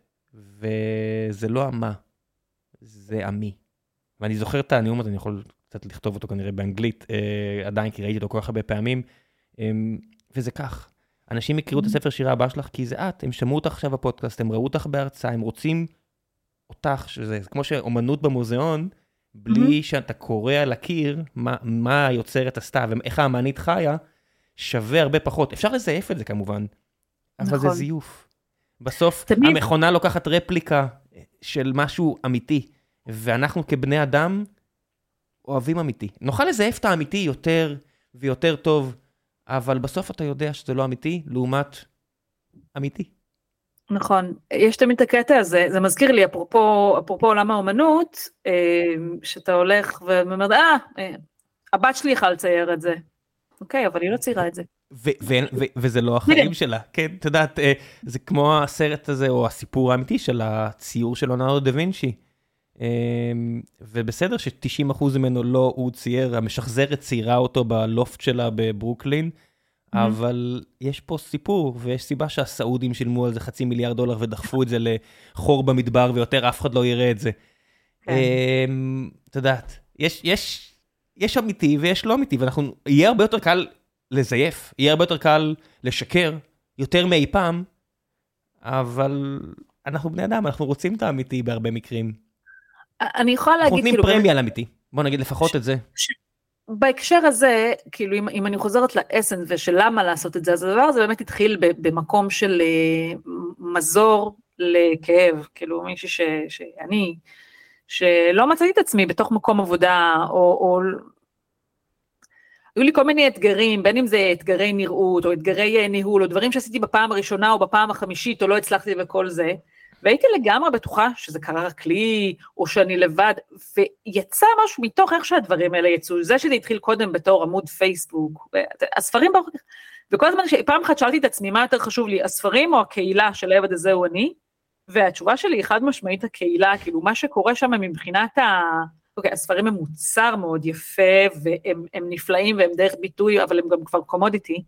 וזה לא המה, זה עמי. ואני זוכר את הנאום הזה, אני יכול קצת לכתוב אותו כנראה באנגלית, עדיין, כי ראיתי אותו כל כך הרבה פעמים, וזה כך. אנשים הכירו את הספר שירה הבא שלך, כי זה את, הם שמעו אותך עכשיו בפודקאסט, הם ראו אותך בהרצאה, הם רוצים אותך, שזה כמו שאומנות במוזיאון, בלי שאתה קורא על הקיר, מה, מה היוצרת עשתה, ואיך האמנית חיה, שווה הרבה פחות. אפשר לזייף את זה כמובן, אבל נכון. זה זיוף. בסוף תמיד. המכונה לוקחת רפליקה של משהו אמיתי, ואנחנו כבני אדם אוהבים אמיתי. נוכל לזייף את האמיתי יותר ויותר טוב, אבל בסוף אתה יודע שזה לא אמיתי, לעומת אמיתי. נכון, יש תמיד את הקטע הזה, זה מזכיר לי, אפרופו, אפרופו עולם האומנות, שאתה הולך ואומר, אה, הבת שלי יכולה לצייר את זה. אוקיי, אבל היא לא ציירה את זה. וזה לא החיים שלה, כן, אתה יודעת, זה כמו הסרט הזה, או הסיפור האמיתי של הציור של ליאונרדו דה וינצ'י, ובסדר ש-תשעים אחוז ממנו לא הוא צייר, המשחזרת ציירה אותו בלופט שלה בברוקלין, אבל יש פה סיפור, ויש סיבה שהסעודים שילמו על זה חצי מיליארד דולר, ודחפו את זה לחור במדבר, ויותר אף אחד לא יראה את זה. אתה יודעת, יש, יש, יש אמיתי ויש לא אמיתי, ואנחנו, יהיה הרבה יותר קל לזייף, יהיה הרבה יותר קל לשקר, יותר מאי פעם, אבל אנחנו בני אדם, אנחנו רוצים את האמיתי בהרבה מקרים. אני יכולה להגיד, אנחנו נותנים פרמיה על אמיתי, בוא נגיד לפחות את זה. בהקשר הזה, כאילו אם, אם אני חוזרת לאסנס ושל למה לעשות את זה, אז הדבר הזה באמת התחיל במקום של מזור לכאב, כאילו מישהי ש, שאני, שלא מצאתי את עצמי בתוך מקום עבודה, או, או היו לי כל מיני אתגרים, בין אם זה אתגרי נראות, או אתגרי ניהול, או דברים שעשיתי בפעם הראשונה, או בפעם החמישית, או לא הצלחתי וכל זה, והייתי לגמרי בטוחה שזה קרה רק לי, או שאני לבד, ויצא משהו מתוך איך שהדברים האלה יצאו, זה שזה התחיל קודם בתור עמוד פייסבוק, הספרים, וכל הזמן פעם אחת שאלתי את עצמי, מה יותר חשוב לי, הספרים או הקהילה של העבד הזה הוא אני, והתשובה שלי היא חד משמעית הקהילה, כאילו מה שקורה שם מבחינת ה... אוקיי, הספרים הם מוצר מאוד יפה, והם הם נפלאים, והם דרך ביטוי, אבל הם גם כבר קומודיטי,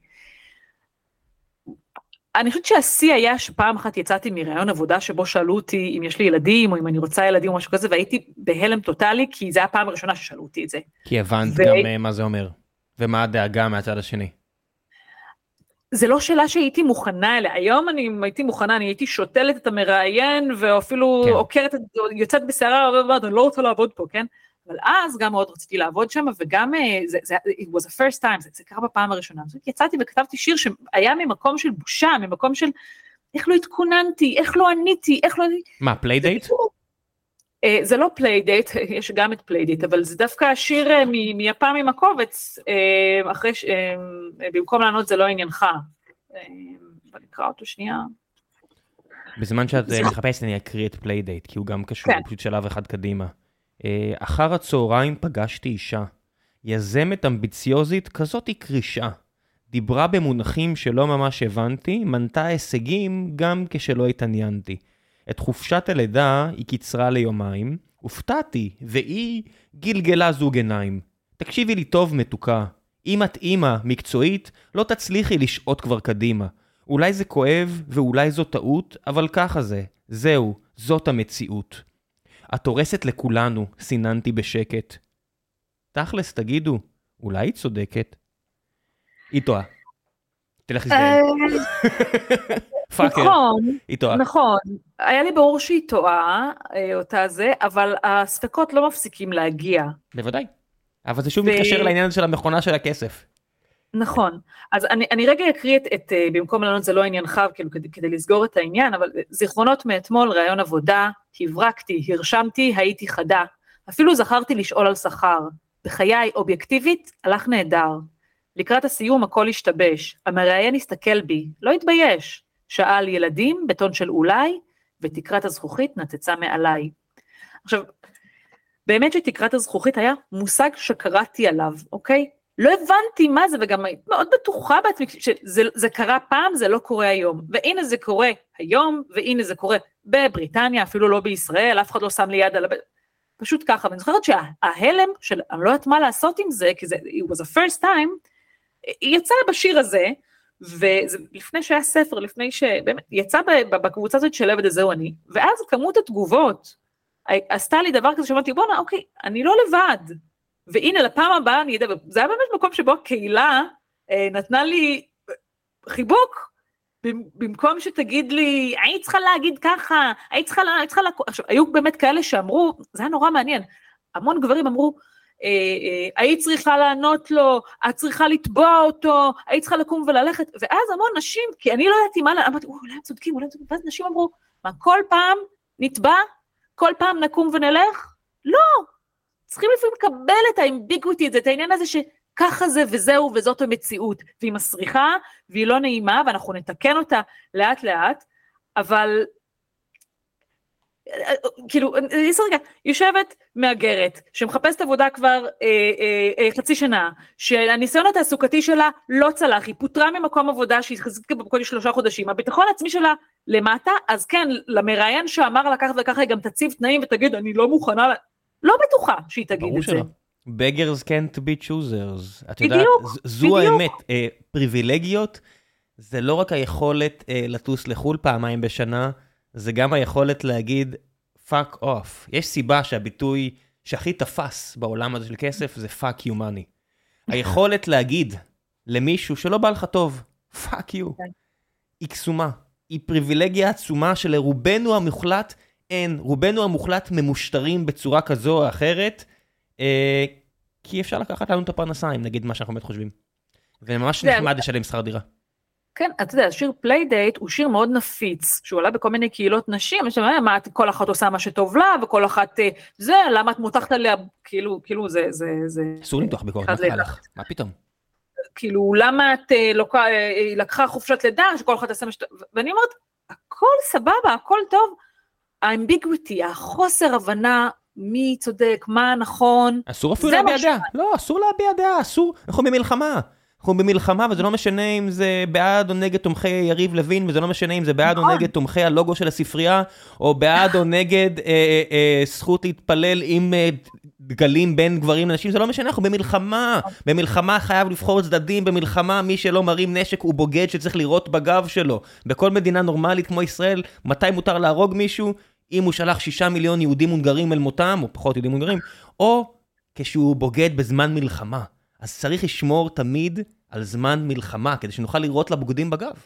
אני חושבת שהשיא היה שפעם אחת יצאתי מרעיון עבודה שבו שאלו אותי אם יש לי ילדים או אם אני רוצה ילדים או משהו כזה, והייתי בהלם טוטלי, כי זה הפעם הראשונה ששאלו אותי את זה. כי הבנת ו... גם מה זה אומר, ומה הדאגה מהצד השני. זה לא שאלה שהייתי מוכנה אליה, היום אני הייתי מוכנה, אני הייתי שותלת את המראיין, ואפילו כן. עוקרת, יוצאת בסערה, ואומרת, אני לא רוצה לעבוד פה, כן? אבל אז גם מאוד רציתי לעבוד שם, וגם, זה, זה, it was the first time, זה, זה קרה בפעם הראשונה, אז יצאתי וכתבתי שיר שהיה ממקום של בושה, ממקום של, איך לא התכוננתי, איך לא עניתי, איך לא... מה, פליידייט? זה לא פליידייט, יש גם את פליידייט, אבל זה דווקא השיר מהפעם עם הקובץ, אחרי, במקום לענות זה לא עניינך, בוא נקרא אותו שנייה. בזמן שאת מחפשת אני אקריא את פליידייט, כי הוא גם קשור, פשוט שלב אחד קדימה. אחר הצהריים פגשתי אישה. יזמת אמביציוזית כזאת היא קרישה. דיברה במונחים שלא ממש הבנתי, מנתה הישגים גם כשלא התעניינתי. את חופשת הלידה היא קיצרה ליומיים, הופתעתי, והיא גלגלה זוג עיניים. תקשיבי לי טוב מתוקה, אם את אימא מקצועית, לא תצליחי לשעות כבר קדימה. אולי זה כואב ואולי זו טעות, אבל ככה זה. זהו, זאת המציאות. את הורסת לכולנו, סיננתי בשקט. תכלס, תגידו, אולי היא צודקת? היא טועה. תלך לזדהן. פאקר, היא טועה. נכון, היה לי ברור שהיא טועה, אותה זה, אבל הספקות לא מפסיקים להגיע. בוודאי. אבל זה שוב מתקשר לעניין של המכונה של הכסף. נכון, אז אני, אני רגע אקריא את, את במקום לענות זה לא עניינך, כאילו כדי, כדי לסגור את העניין, אבל זיכרונות מאתמול, רעיון עבודה, הברקתי, הרשמתי, הייתי חדה, אפילו זכרתי לשאול על שכר, בחיי אובייקטיבית הלך נהדר, לקראת הסיום הכל השתבש, המראיין הסתכל בי, לא התבייש, שאל ילדים בטון של אולי, ותקרת הזכוכית נצצה מעליי. עכשיו, באמת שתקרת הזכוכית היה מושג שקראתי עליו, אוקיי? לא הבנתי מה זה, וגם מאוד בטוחה בעצמי, שזה זה קרה פעם, זה לא קורה היום. והנה זה קורה היום, והנה זה קורה בבריטניה, אפילו לא בישראל, אף אחד לא שם לי יד על... פשוט ככה, ואני זוכרת שההלם של, אני לא יודעת מה לעשות עם זה, כי זה, it was a first time, היא יצאה בשיר הזה, ולפני שהיה ספר, לפני שבאמת, יצא בקבוצה הזאת של עבד הזהו אני, ואז כמות התגובות, עשתה לי דבר כזה שאמרתי, בוא נה, אוקיי, אני לא לבד, והנה לפעם הבאה אני אדע, זה היה באמת מקום שבו הקהילה אה, נתנה לי חיבוק, במקום שתגיד לי, היית צריכה להגיד ככה, היית צריכה, היית צריכה לקום, עכשיו, היו באמת כאלה שאמרו, זה היה נורא מעניין, המון גברים אמרו, אה, אה, היית צריכה לענות לו, את צריכה לתבוע אותו, היית צריכה לקום וללכת, ואז המון נשים, כי אני לא ידעתי מה, אמרתי, אולי הם צודקים, אולי הם צודקים, ואז נשים אמרו, מה, כל פעם נתבע, כל פעם נקום ונלך? לא, צריכים לפעמים לקבל את האמביגוויטי, את העניין הזה שככה זה וזהו וזאת המציאות, והיא מסריחה והיא לא נעימה, ואנחנו נתקן אותה לאט לאט, אבל כאילו, רגע, יושבת מאגרת, שמחפשת עבודה כבר אה, אה, אה, חצי שנה, שהניסיון התעסוקתי שלה לא צלח, היא פוטרה ממקום עבודה שהיא חזקה בקודי שלושה חודשים, הביטחון העצמי שלה למטה, אז כן, למראיין שאמר לה כך וככה, היא גם תציב תנאים ותגיד, אני לא מוכנה, לא בטוחה שהיא תגיד את זה. Beggars can't be choosers. את יודעת, זו האמת, פריבילגיות, זה לא רק היכולת לטוס לחול פעמיים בשנה, זה גם היכולת להגיד, fuck off. יש סיבה שהביטוי שהכי תפס בעולם הזה של כסף, זה fuck you money. היכולת להגיד למישהו שלא בא לך טוב, fuck you, היא קסומה. היא פריבילגיה עצומה שלרובנו המוחלט אין. רובנו המוחלט ממושטרים בצורה כזו או אחרת, אה, כי אפשר לקחת לנו את הפרנסה, אם נגיד מה שאנחנו באמת חושבים. וממש נחמד לשלם שכר דירה. כן, אתה יודע, השיר פליידייט הוא שיר מאוד נפיץ, שהוא עלה בכל מיני קהילות נשים, יש להם, מה, כל אחת עושה מה שטוב לה, וכל אחת, זה, למה את מותחת עליה, כאילו, כאילו, זה, זה, זה... אסור למתוח ביקורת, מה קרה לך? מה פתאום? כאילו, למה את לוקחה, לקחה חופשת לידה, שכל אחת עושה מה שטוב, ואני אומרת, הכל סבבה, הכל טוב, האמביגוויטי, החוסר הבנה, מי צודק, מה נכון, אסור אפילו להביע דעה, לא, אסור להביע דעה, אסור, אנחנו במלחמה. אנחנו במלחמה, וזה לא משנה אם זה בעד או נגד תומכי יריב לוין, וזה לא משנה אם זה בעד או נגד תומכי הלוגו של הספרייה, או בעד או נגד אה, אה, זכות להתפלל עם אה, דגלים בין גברים לנשים, זה לא משנה, אנחנו במלחמה. במלחמה חייב לבחור צדדים, במלחמה מי שלא מרים נשק הוא בוגד שצריך לראות בגב שלו. בכל מדינה נורמלית כמו ישראל, מתי מותר להרוג מישהו? אם הוא שלח שישה מיליון יהודים הונגרים אל מותם, או פחות יהודים הונגרים, או כשהוא בוגד בזמן מלחמה. אז צריך לשמור תמיד על זמן מלחמה, כדי שנוכל לראות לבוגדים בגב.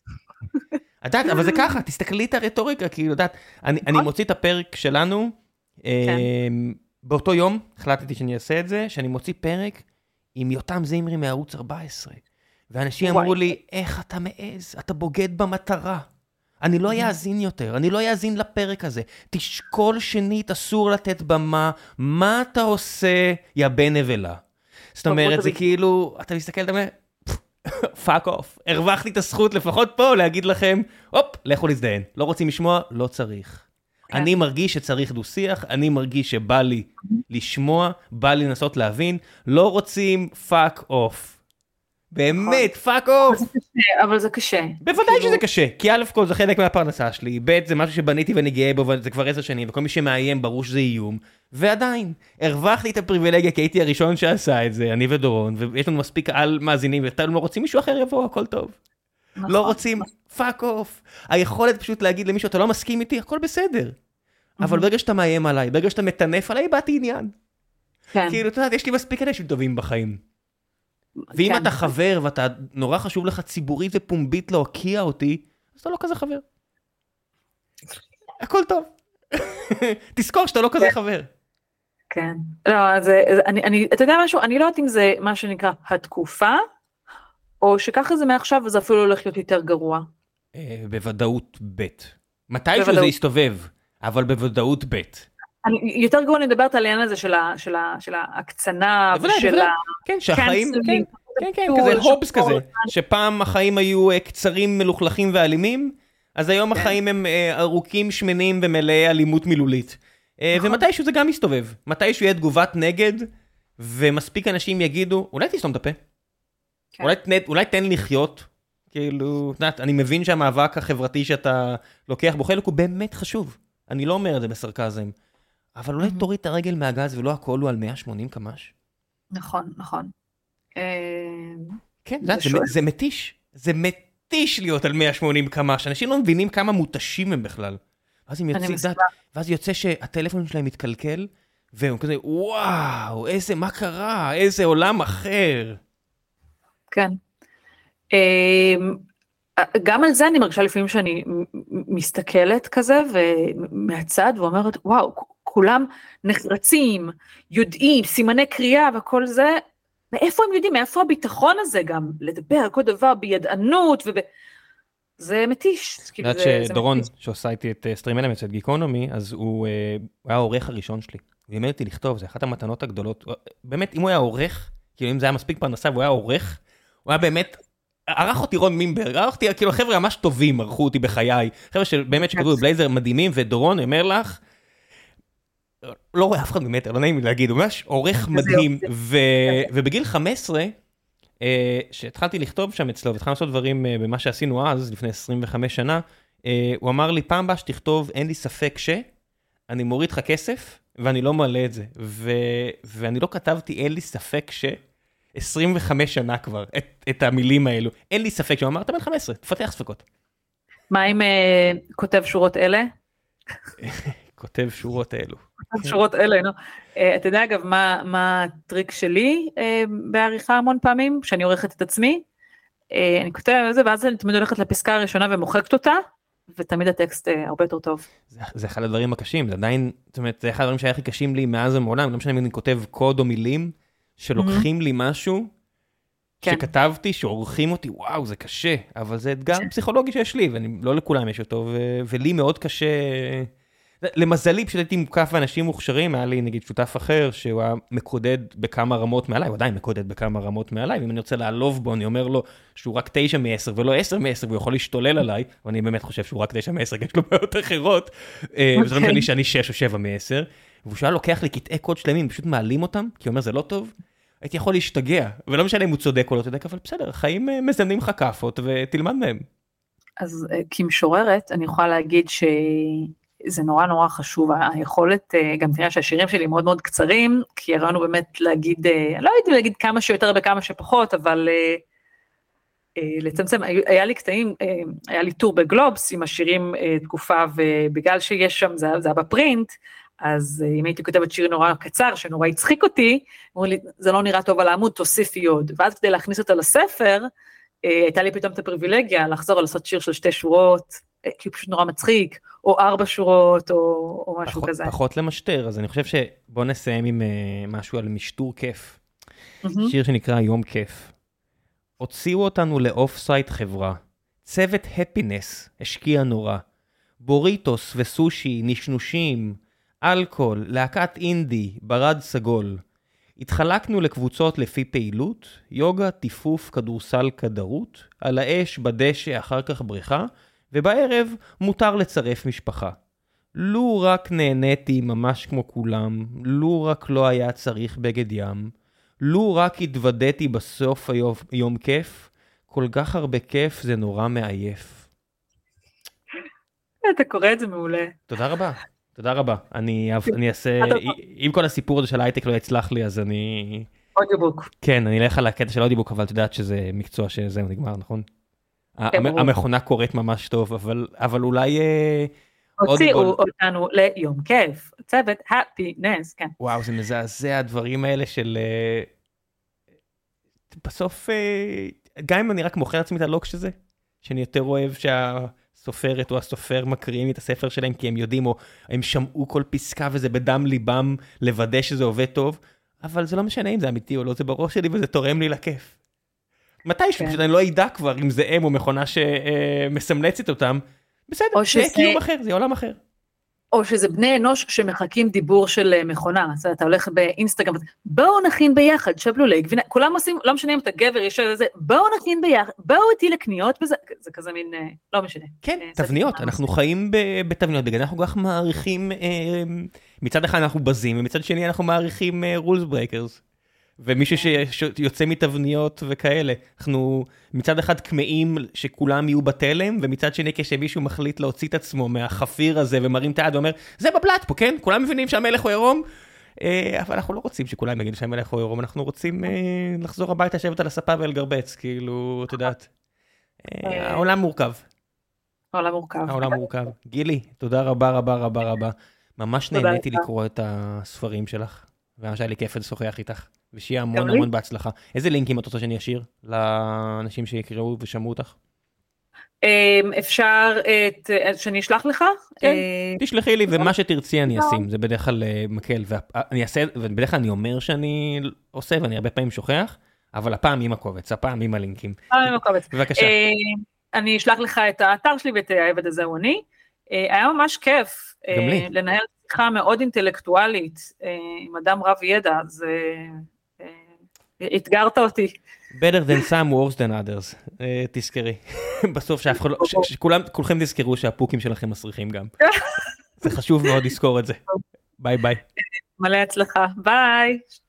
יודעת, אבל זה ככה, תסתכלי את הרטוריקה, כי יודעת, אני, אני מוציא את הפרק שלנו, אה, באותו יום, החלטתי שאני אעשה את זה, שאני מוציא פרק עם יותם זמרי מערוץ ארבע עשרה, ואנשים אמרו לי, איך אתה מעז? אתה בוגד במטרה. אני לא יאזין יותר, אני לא יאזין לפרק הזה. תשקול שנית, אסור לתת במה, מה אתה עושה, יא בן נבלה? זאת אומרת, זה כאילו, אתה מסתכל, אתה אומר, פאק אוף, הרווחתי את הזכות לפחות פה להגיד לכם, הופ, לכו להזדהן. לא רוצים לשמוע? לא צריך. אני מרגיש שצריך דו-שיח, אני מרגיש שבא לי לשמוע, בא לי לנסות להבין, לא רוצים fuck off. באמת, fuck off. אבל זה קשה. בוודאי שזה קשה, כי א' כל זה חלק מהפרנסה שלי, ב' זה משהו שבניתי ואני גאה בו, וזה כבר עשר שנים, וכל מי שמאיים ברור שזה איום, ועדיין, הרווחתי את הפריבילגיה, כי הייתי הראשון שעשה את זה, אני ודורון, ויש לנו מספיק על מאזינים, ואתם לא רוצים מישהו אחר יבוא, הכל טוב. לא רוצים fuck off. היכולת פשוט להגיד למישהו, אתה לא מסכים איתי, הכל בסדר. אבל ברגע שאתה מאיים עליי, ברגע שאתה מטנף עליי, באתי עניין. כאילו, אתה יודעת, יש לי מספיק אנשים טובים בחיים. ואם אתה חבר, ואתה נורא חשוב לך ציבורית ופומבית להוקיע אותי, אז אתה לא כזה חבר. הכל טוב. תזכור שאתה לא כזה חבר. כן. לא, אז אני, אתה יודע משהו, אני לא יודעת אם זה מה שנקרא התקופה, או שככה זה מעכשיו, וזה אפילו הולך להיות יותר גרוע. בוודאות ב'. מתישהו זה יסתובב, אבל בוודאות ב'. יותר גרוע אני מדברת על העניין הזה של ההקצנה, ושל ה... כן, שהחיים, כן, כן, כזה הובס כזה, שפעם החיים היו קצרים, מלוכלכים ואלימים, אז היום החיים הם ארוכים, שמנים ומלאי אלימות מילולית. ומתישהו זה גם יסתובב. מתישהו יהיה תגובת נגד, ומספיק אנשים יגידו, אולי תסתום את הפה. אולי תן לחיות. כאילו, אני מבין שהמאבק החברתי שאתה לוקח בו חלק הוא באמת חשוב. אני לא אומר את זה בסרקזם. אבל אולי תוריד את הרגל מהגז ולא הכל הוא על מאה ושמונים קמ"ש. נכון, נכון. כן, זה מתיש. זה מתיש להיות על מאה ושמונים קמ"ש. אנשים לא מבינים כמה מותשים הם בכלל. ואז יוצא שהטלפון שלהם מתקלקל, והוא כזה, וואו, איזה, מה קרה? איזה עולם אחר. כן. גם על זה אני מרגישה לפעמים שאני מסתכלת כזה, ומהצד ואומרת, וואו, כולם נחרצים, יודעים, סימני קריאה וכל זה, מאיפה הם יודעים, מאיפה הביטחון הזה גם, לדבר כל דבר בידענות, זה מתיש. יודעת שדורון, שעושה איתי את סטרים אלמנטס, את גיקונומי, אז הוא היה העורך הראשון שלי, הוא לימד אותי לכתוב, זה אחת המתנות הגדולות, באמת, אם הוא היה עורך, כאילו אם זה היה מספיק פרנסה, והוא היה עורך, הוא היה באמת, ערך אותי רון מימברג, ערך אותי, כאילו חבר'ה ממש טובים, ערכו אותי בחיי, חבר'ה שבאמת שכתבו בלייזר מדהימים, ודורון אומר לך, לא רואה אף אחד ממטר, לא נעים לי להגיד, הוא ממש עורך מדהים, ובגיל חמש עשרה, שהתחלתי לכתוב שם אצלו, והתחלנו לעשות דברים במה שעשינו אז, לפני עשרים וחמש שנה, הוא אמר לי, פעם באה שתכתוב, אין לי ספק ש, אני מוריד לך כסף, ואני לא מעלה את זה, ואני לא כתבתי, אין לי ספק ש, עשרים וחמש שנה כבר, את המילים האלו, אין לי ספק, שהוא אמר, אתה בן חמש עשרה, תפתח ספקות. מה אם כותב שורות אלה? כותב שורות אלו. כותב שורות אלה, נו. אתה יודע אגב, מה הטריק שלי בעריכה המון פעמים, שאני עורכת את עצמי, אני כותבת את זה, ואז אני תמיד הולכת לפסקה הראשונה ומוחקת אותה, ותמיד הטקסט הרבה יותר טוב. זה אחד הדברים הקשים, זה עדיין, זאת אומרת, זה אחד הדברים שהיה הכי קשים לי מאז ומעולם, לא משנה אם אני כותב קוד או מילים, שלוקחים לי משהו, שכתבתי, שעורכים אותי, וואו, זה קשה, אבל זה אתגר פסיכולוגי שיש לי, ולא לכולם יש אותו, ולי מאוד קשה... למזלי, פשוט הייתי מוקף ואנשים מוכשרים, היה לי נגיד שותף אחר, שהוא היה מקודד בכמה רמות מעליי, הוא עדיין מקודד בכמה רמות מעליי, ואם אני רוצה לעלוב בו, אני אומר לו שהוא רק תשע מעשר, ולא עשר מעשר, והוא יכול להשתולל עליי, ואני באמת חושב שהוא רק תשע מעשר, כי יש לו בעיות אחרות, וזה לא משנה שאני שש או שבע מעשר, והוא שהיה לוקח לי קטעי קוד שלמים, פשוט מעלים אותם, כי הוא אומר, זה לא טוב, הייתי יכול להשתגע, ולא משנה אם הוא צודק או לא צודק, אבל בסדר, חיים מזמנים לך כאפות, ותלמד מהם. אז כמשוררת, אני יכולה להגיד ש... זה נורא נורא חשוב, היכולת, גם תראה שהשירים שלי מאוד מאוד קצרים, כי הראינו באמת להגיד, לא הייתי להגיד כמה שיותר בכמה שפחות, אבל לצמצם, היה לי קטעים, היה לי טור בגלובס עם השירים תקופה, ובגלל שיש שם, זה היה בפרינט, אז אם הייתי כותבת שיר נורא קצר, שנורא הצחיק אותי, אמרו לי, זה לא נראה טוב על העמוד, תוסיפי עוד, ואז כדי להכניס אותה לספר, הייתה לי פתאום את הפריבילגיה, לחזור לעשות שיר של שתי שורות, כי הוא פשוט נורא מצחיק, או ארבע שורות, או, או משהו פחות, כזה. פחות למשטר, אז אני חושב שבוא נסיים עם uh, משהו על משטור כיף. Mm-hmm. שיר שנקרא יום כיף. הוציאו אותנו לאוף סייט חברה. צוות הפינס השקיע נורא. בוריטוס וסושי, נשנושים, אלכוהול, להקת אינדי, ברד סגול. התחלקנו לקבוצות לפי פעילות, יוגה, טיפוף, כדורסל, כדרות, על האש, בדשא, אחר כך בריכה, ובערב מותר לצרף משפחה. לו רק נהניתי ממש כמו כולם, לו רק לא היה צריך בגד ים, לו רק התוודעתי בסוף היום, יום כיף, כל כך הרבה כיף זה נורא מעייף. אתה קורא את זה מעולה. תודה רבה, תודה רבה. אני, אני אעשה, אם כל הסיפור הזה של הייטק לא יצלח לי, אז אני... אודיובוק. כן, אני אלך על הקטע של אודיובוק, אבל את יודעת שזה מקצוע שזהו נגמר, נכון? המכונה קוראת ממש טוב, אבל, אבל אולי... הוציאו אותנו ליום כיף, צוות הפינס, כן. וואו, זה מזעזע, הדברים האלה של... בסוף, גם אם אני רק מוכר לעצמי את הלוקש הזה, שאני יותר אוהב שהסופרת או הסופר מקריאים את הספר שלהם, כי הם יודעים, או הם שמעו כל פסקה וזה בדם ליבם לוודא שזה עובד טוב, אבל זה לא משנה אם זה אמיתי או לא, זה בראש שלי וזה תורם לי לכיף. מתי שפשוט אני לא ידע כבר אם זה אם או מכונה שמסמלצת אותם, בסדר, זה קיום אחר, זה עולם אחר. או שזה בני אנוש שמחכים דיבור של מכונה, אז אתה הולך באינסטגרם, בואו נכין ביחד, שבלולי גבינה, כולם עושים, לא משנה אם אתה גבר, יש איזה, בואו נכין ביחד, בואו איתי לקניות, וזה זה כזה מין, לא משנה. כן, תבניות, אנחנו חיים בתבניות, בגלל אנחנו כל כך מעריכים, מצד אחד אנחנו בזים, ומצד שני אנחנו מעריכים rules breakers. ומישהו שיוצא מתבניות וכאלה, אנחנו מצד אחד כמאים שכולם יהיו בתלם, ומצד שני כשמישהו מחליט להוציא את עצמו מהחפיר הזה ומרים את היד ואומר, זה בבלט פה, כן? כולם מבינים שהמלך הוא עירום, אבל אנחנו לא רוצים שכולם יגידו שהמלך הוא עירום, אנחנו רוצים לחזור הביתה, לשבת על הספה ולגרבץ, כאילו, את יודעת, העולם מורכב. העולם מורכב. העולם מורכב. גילי, תודה רבה רבה רבה רבה. ממש נהניתי לקרוא את הספרים שלך, וממש היה לי כיף לשוחח איתך. ושיהיה המון המון בהצלחה. איזה לינקים את רוצה שאני אשאיר לאנשים שיקראו ושמעו אותך? אפשר שאני אשלח לך? כן, תשלחי לי, ומה שתרצי אני אשים, זה בדרך כלל מקל, ובדרך כלל אני אומר שאני עושה, ואני הרבה פעמים שוכח, אבל הפעם עם הקובץ, הפעם עם הלינקים. הפעם עם הקובץ. בבקשה. אני אשלח לך את האתר שלי ואת העבד הזה הוא אני. היה ממש כיף לנהל שיחה מאוד אינטלקטואלית, עם אדם רב ידע, זה... התגרת אותי. Better than some, worse than others. תזכרי. בסוף שכולם, כולכם תזכרו שהפוקים שלכם מסריחים גם. זה חשוב מאוד לזכור את זה. ביי ביי. מלא הצלחה. ביי.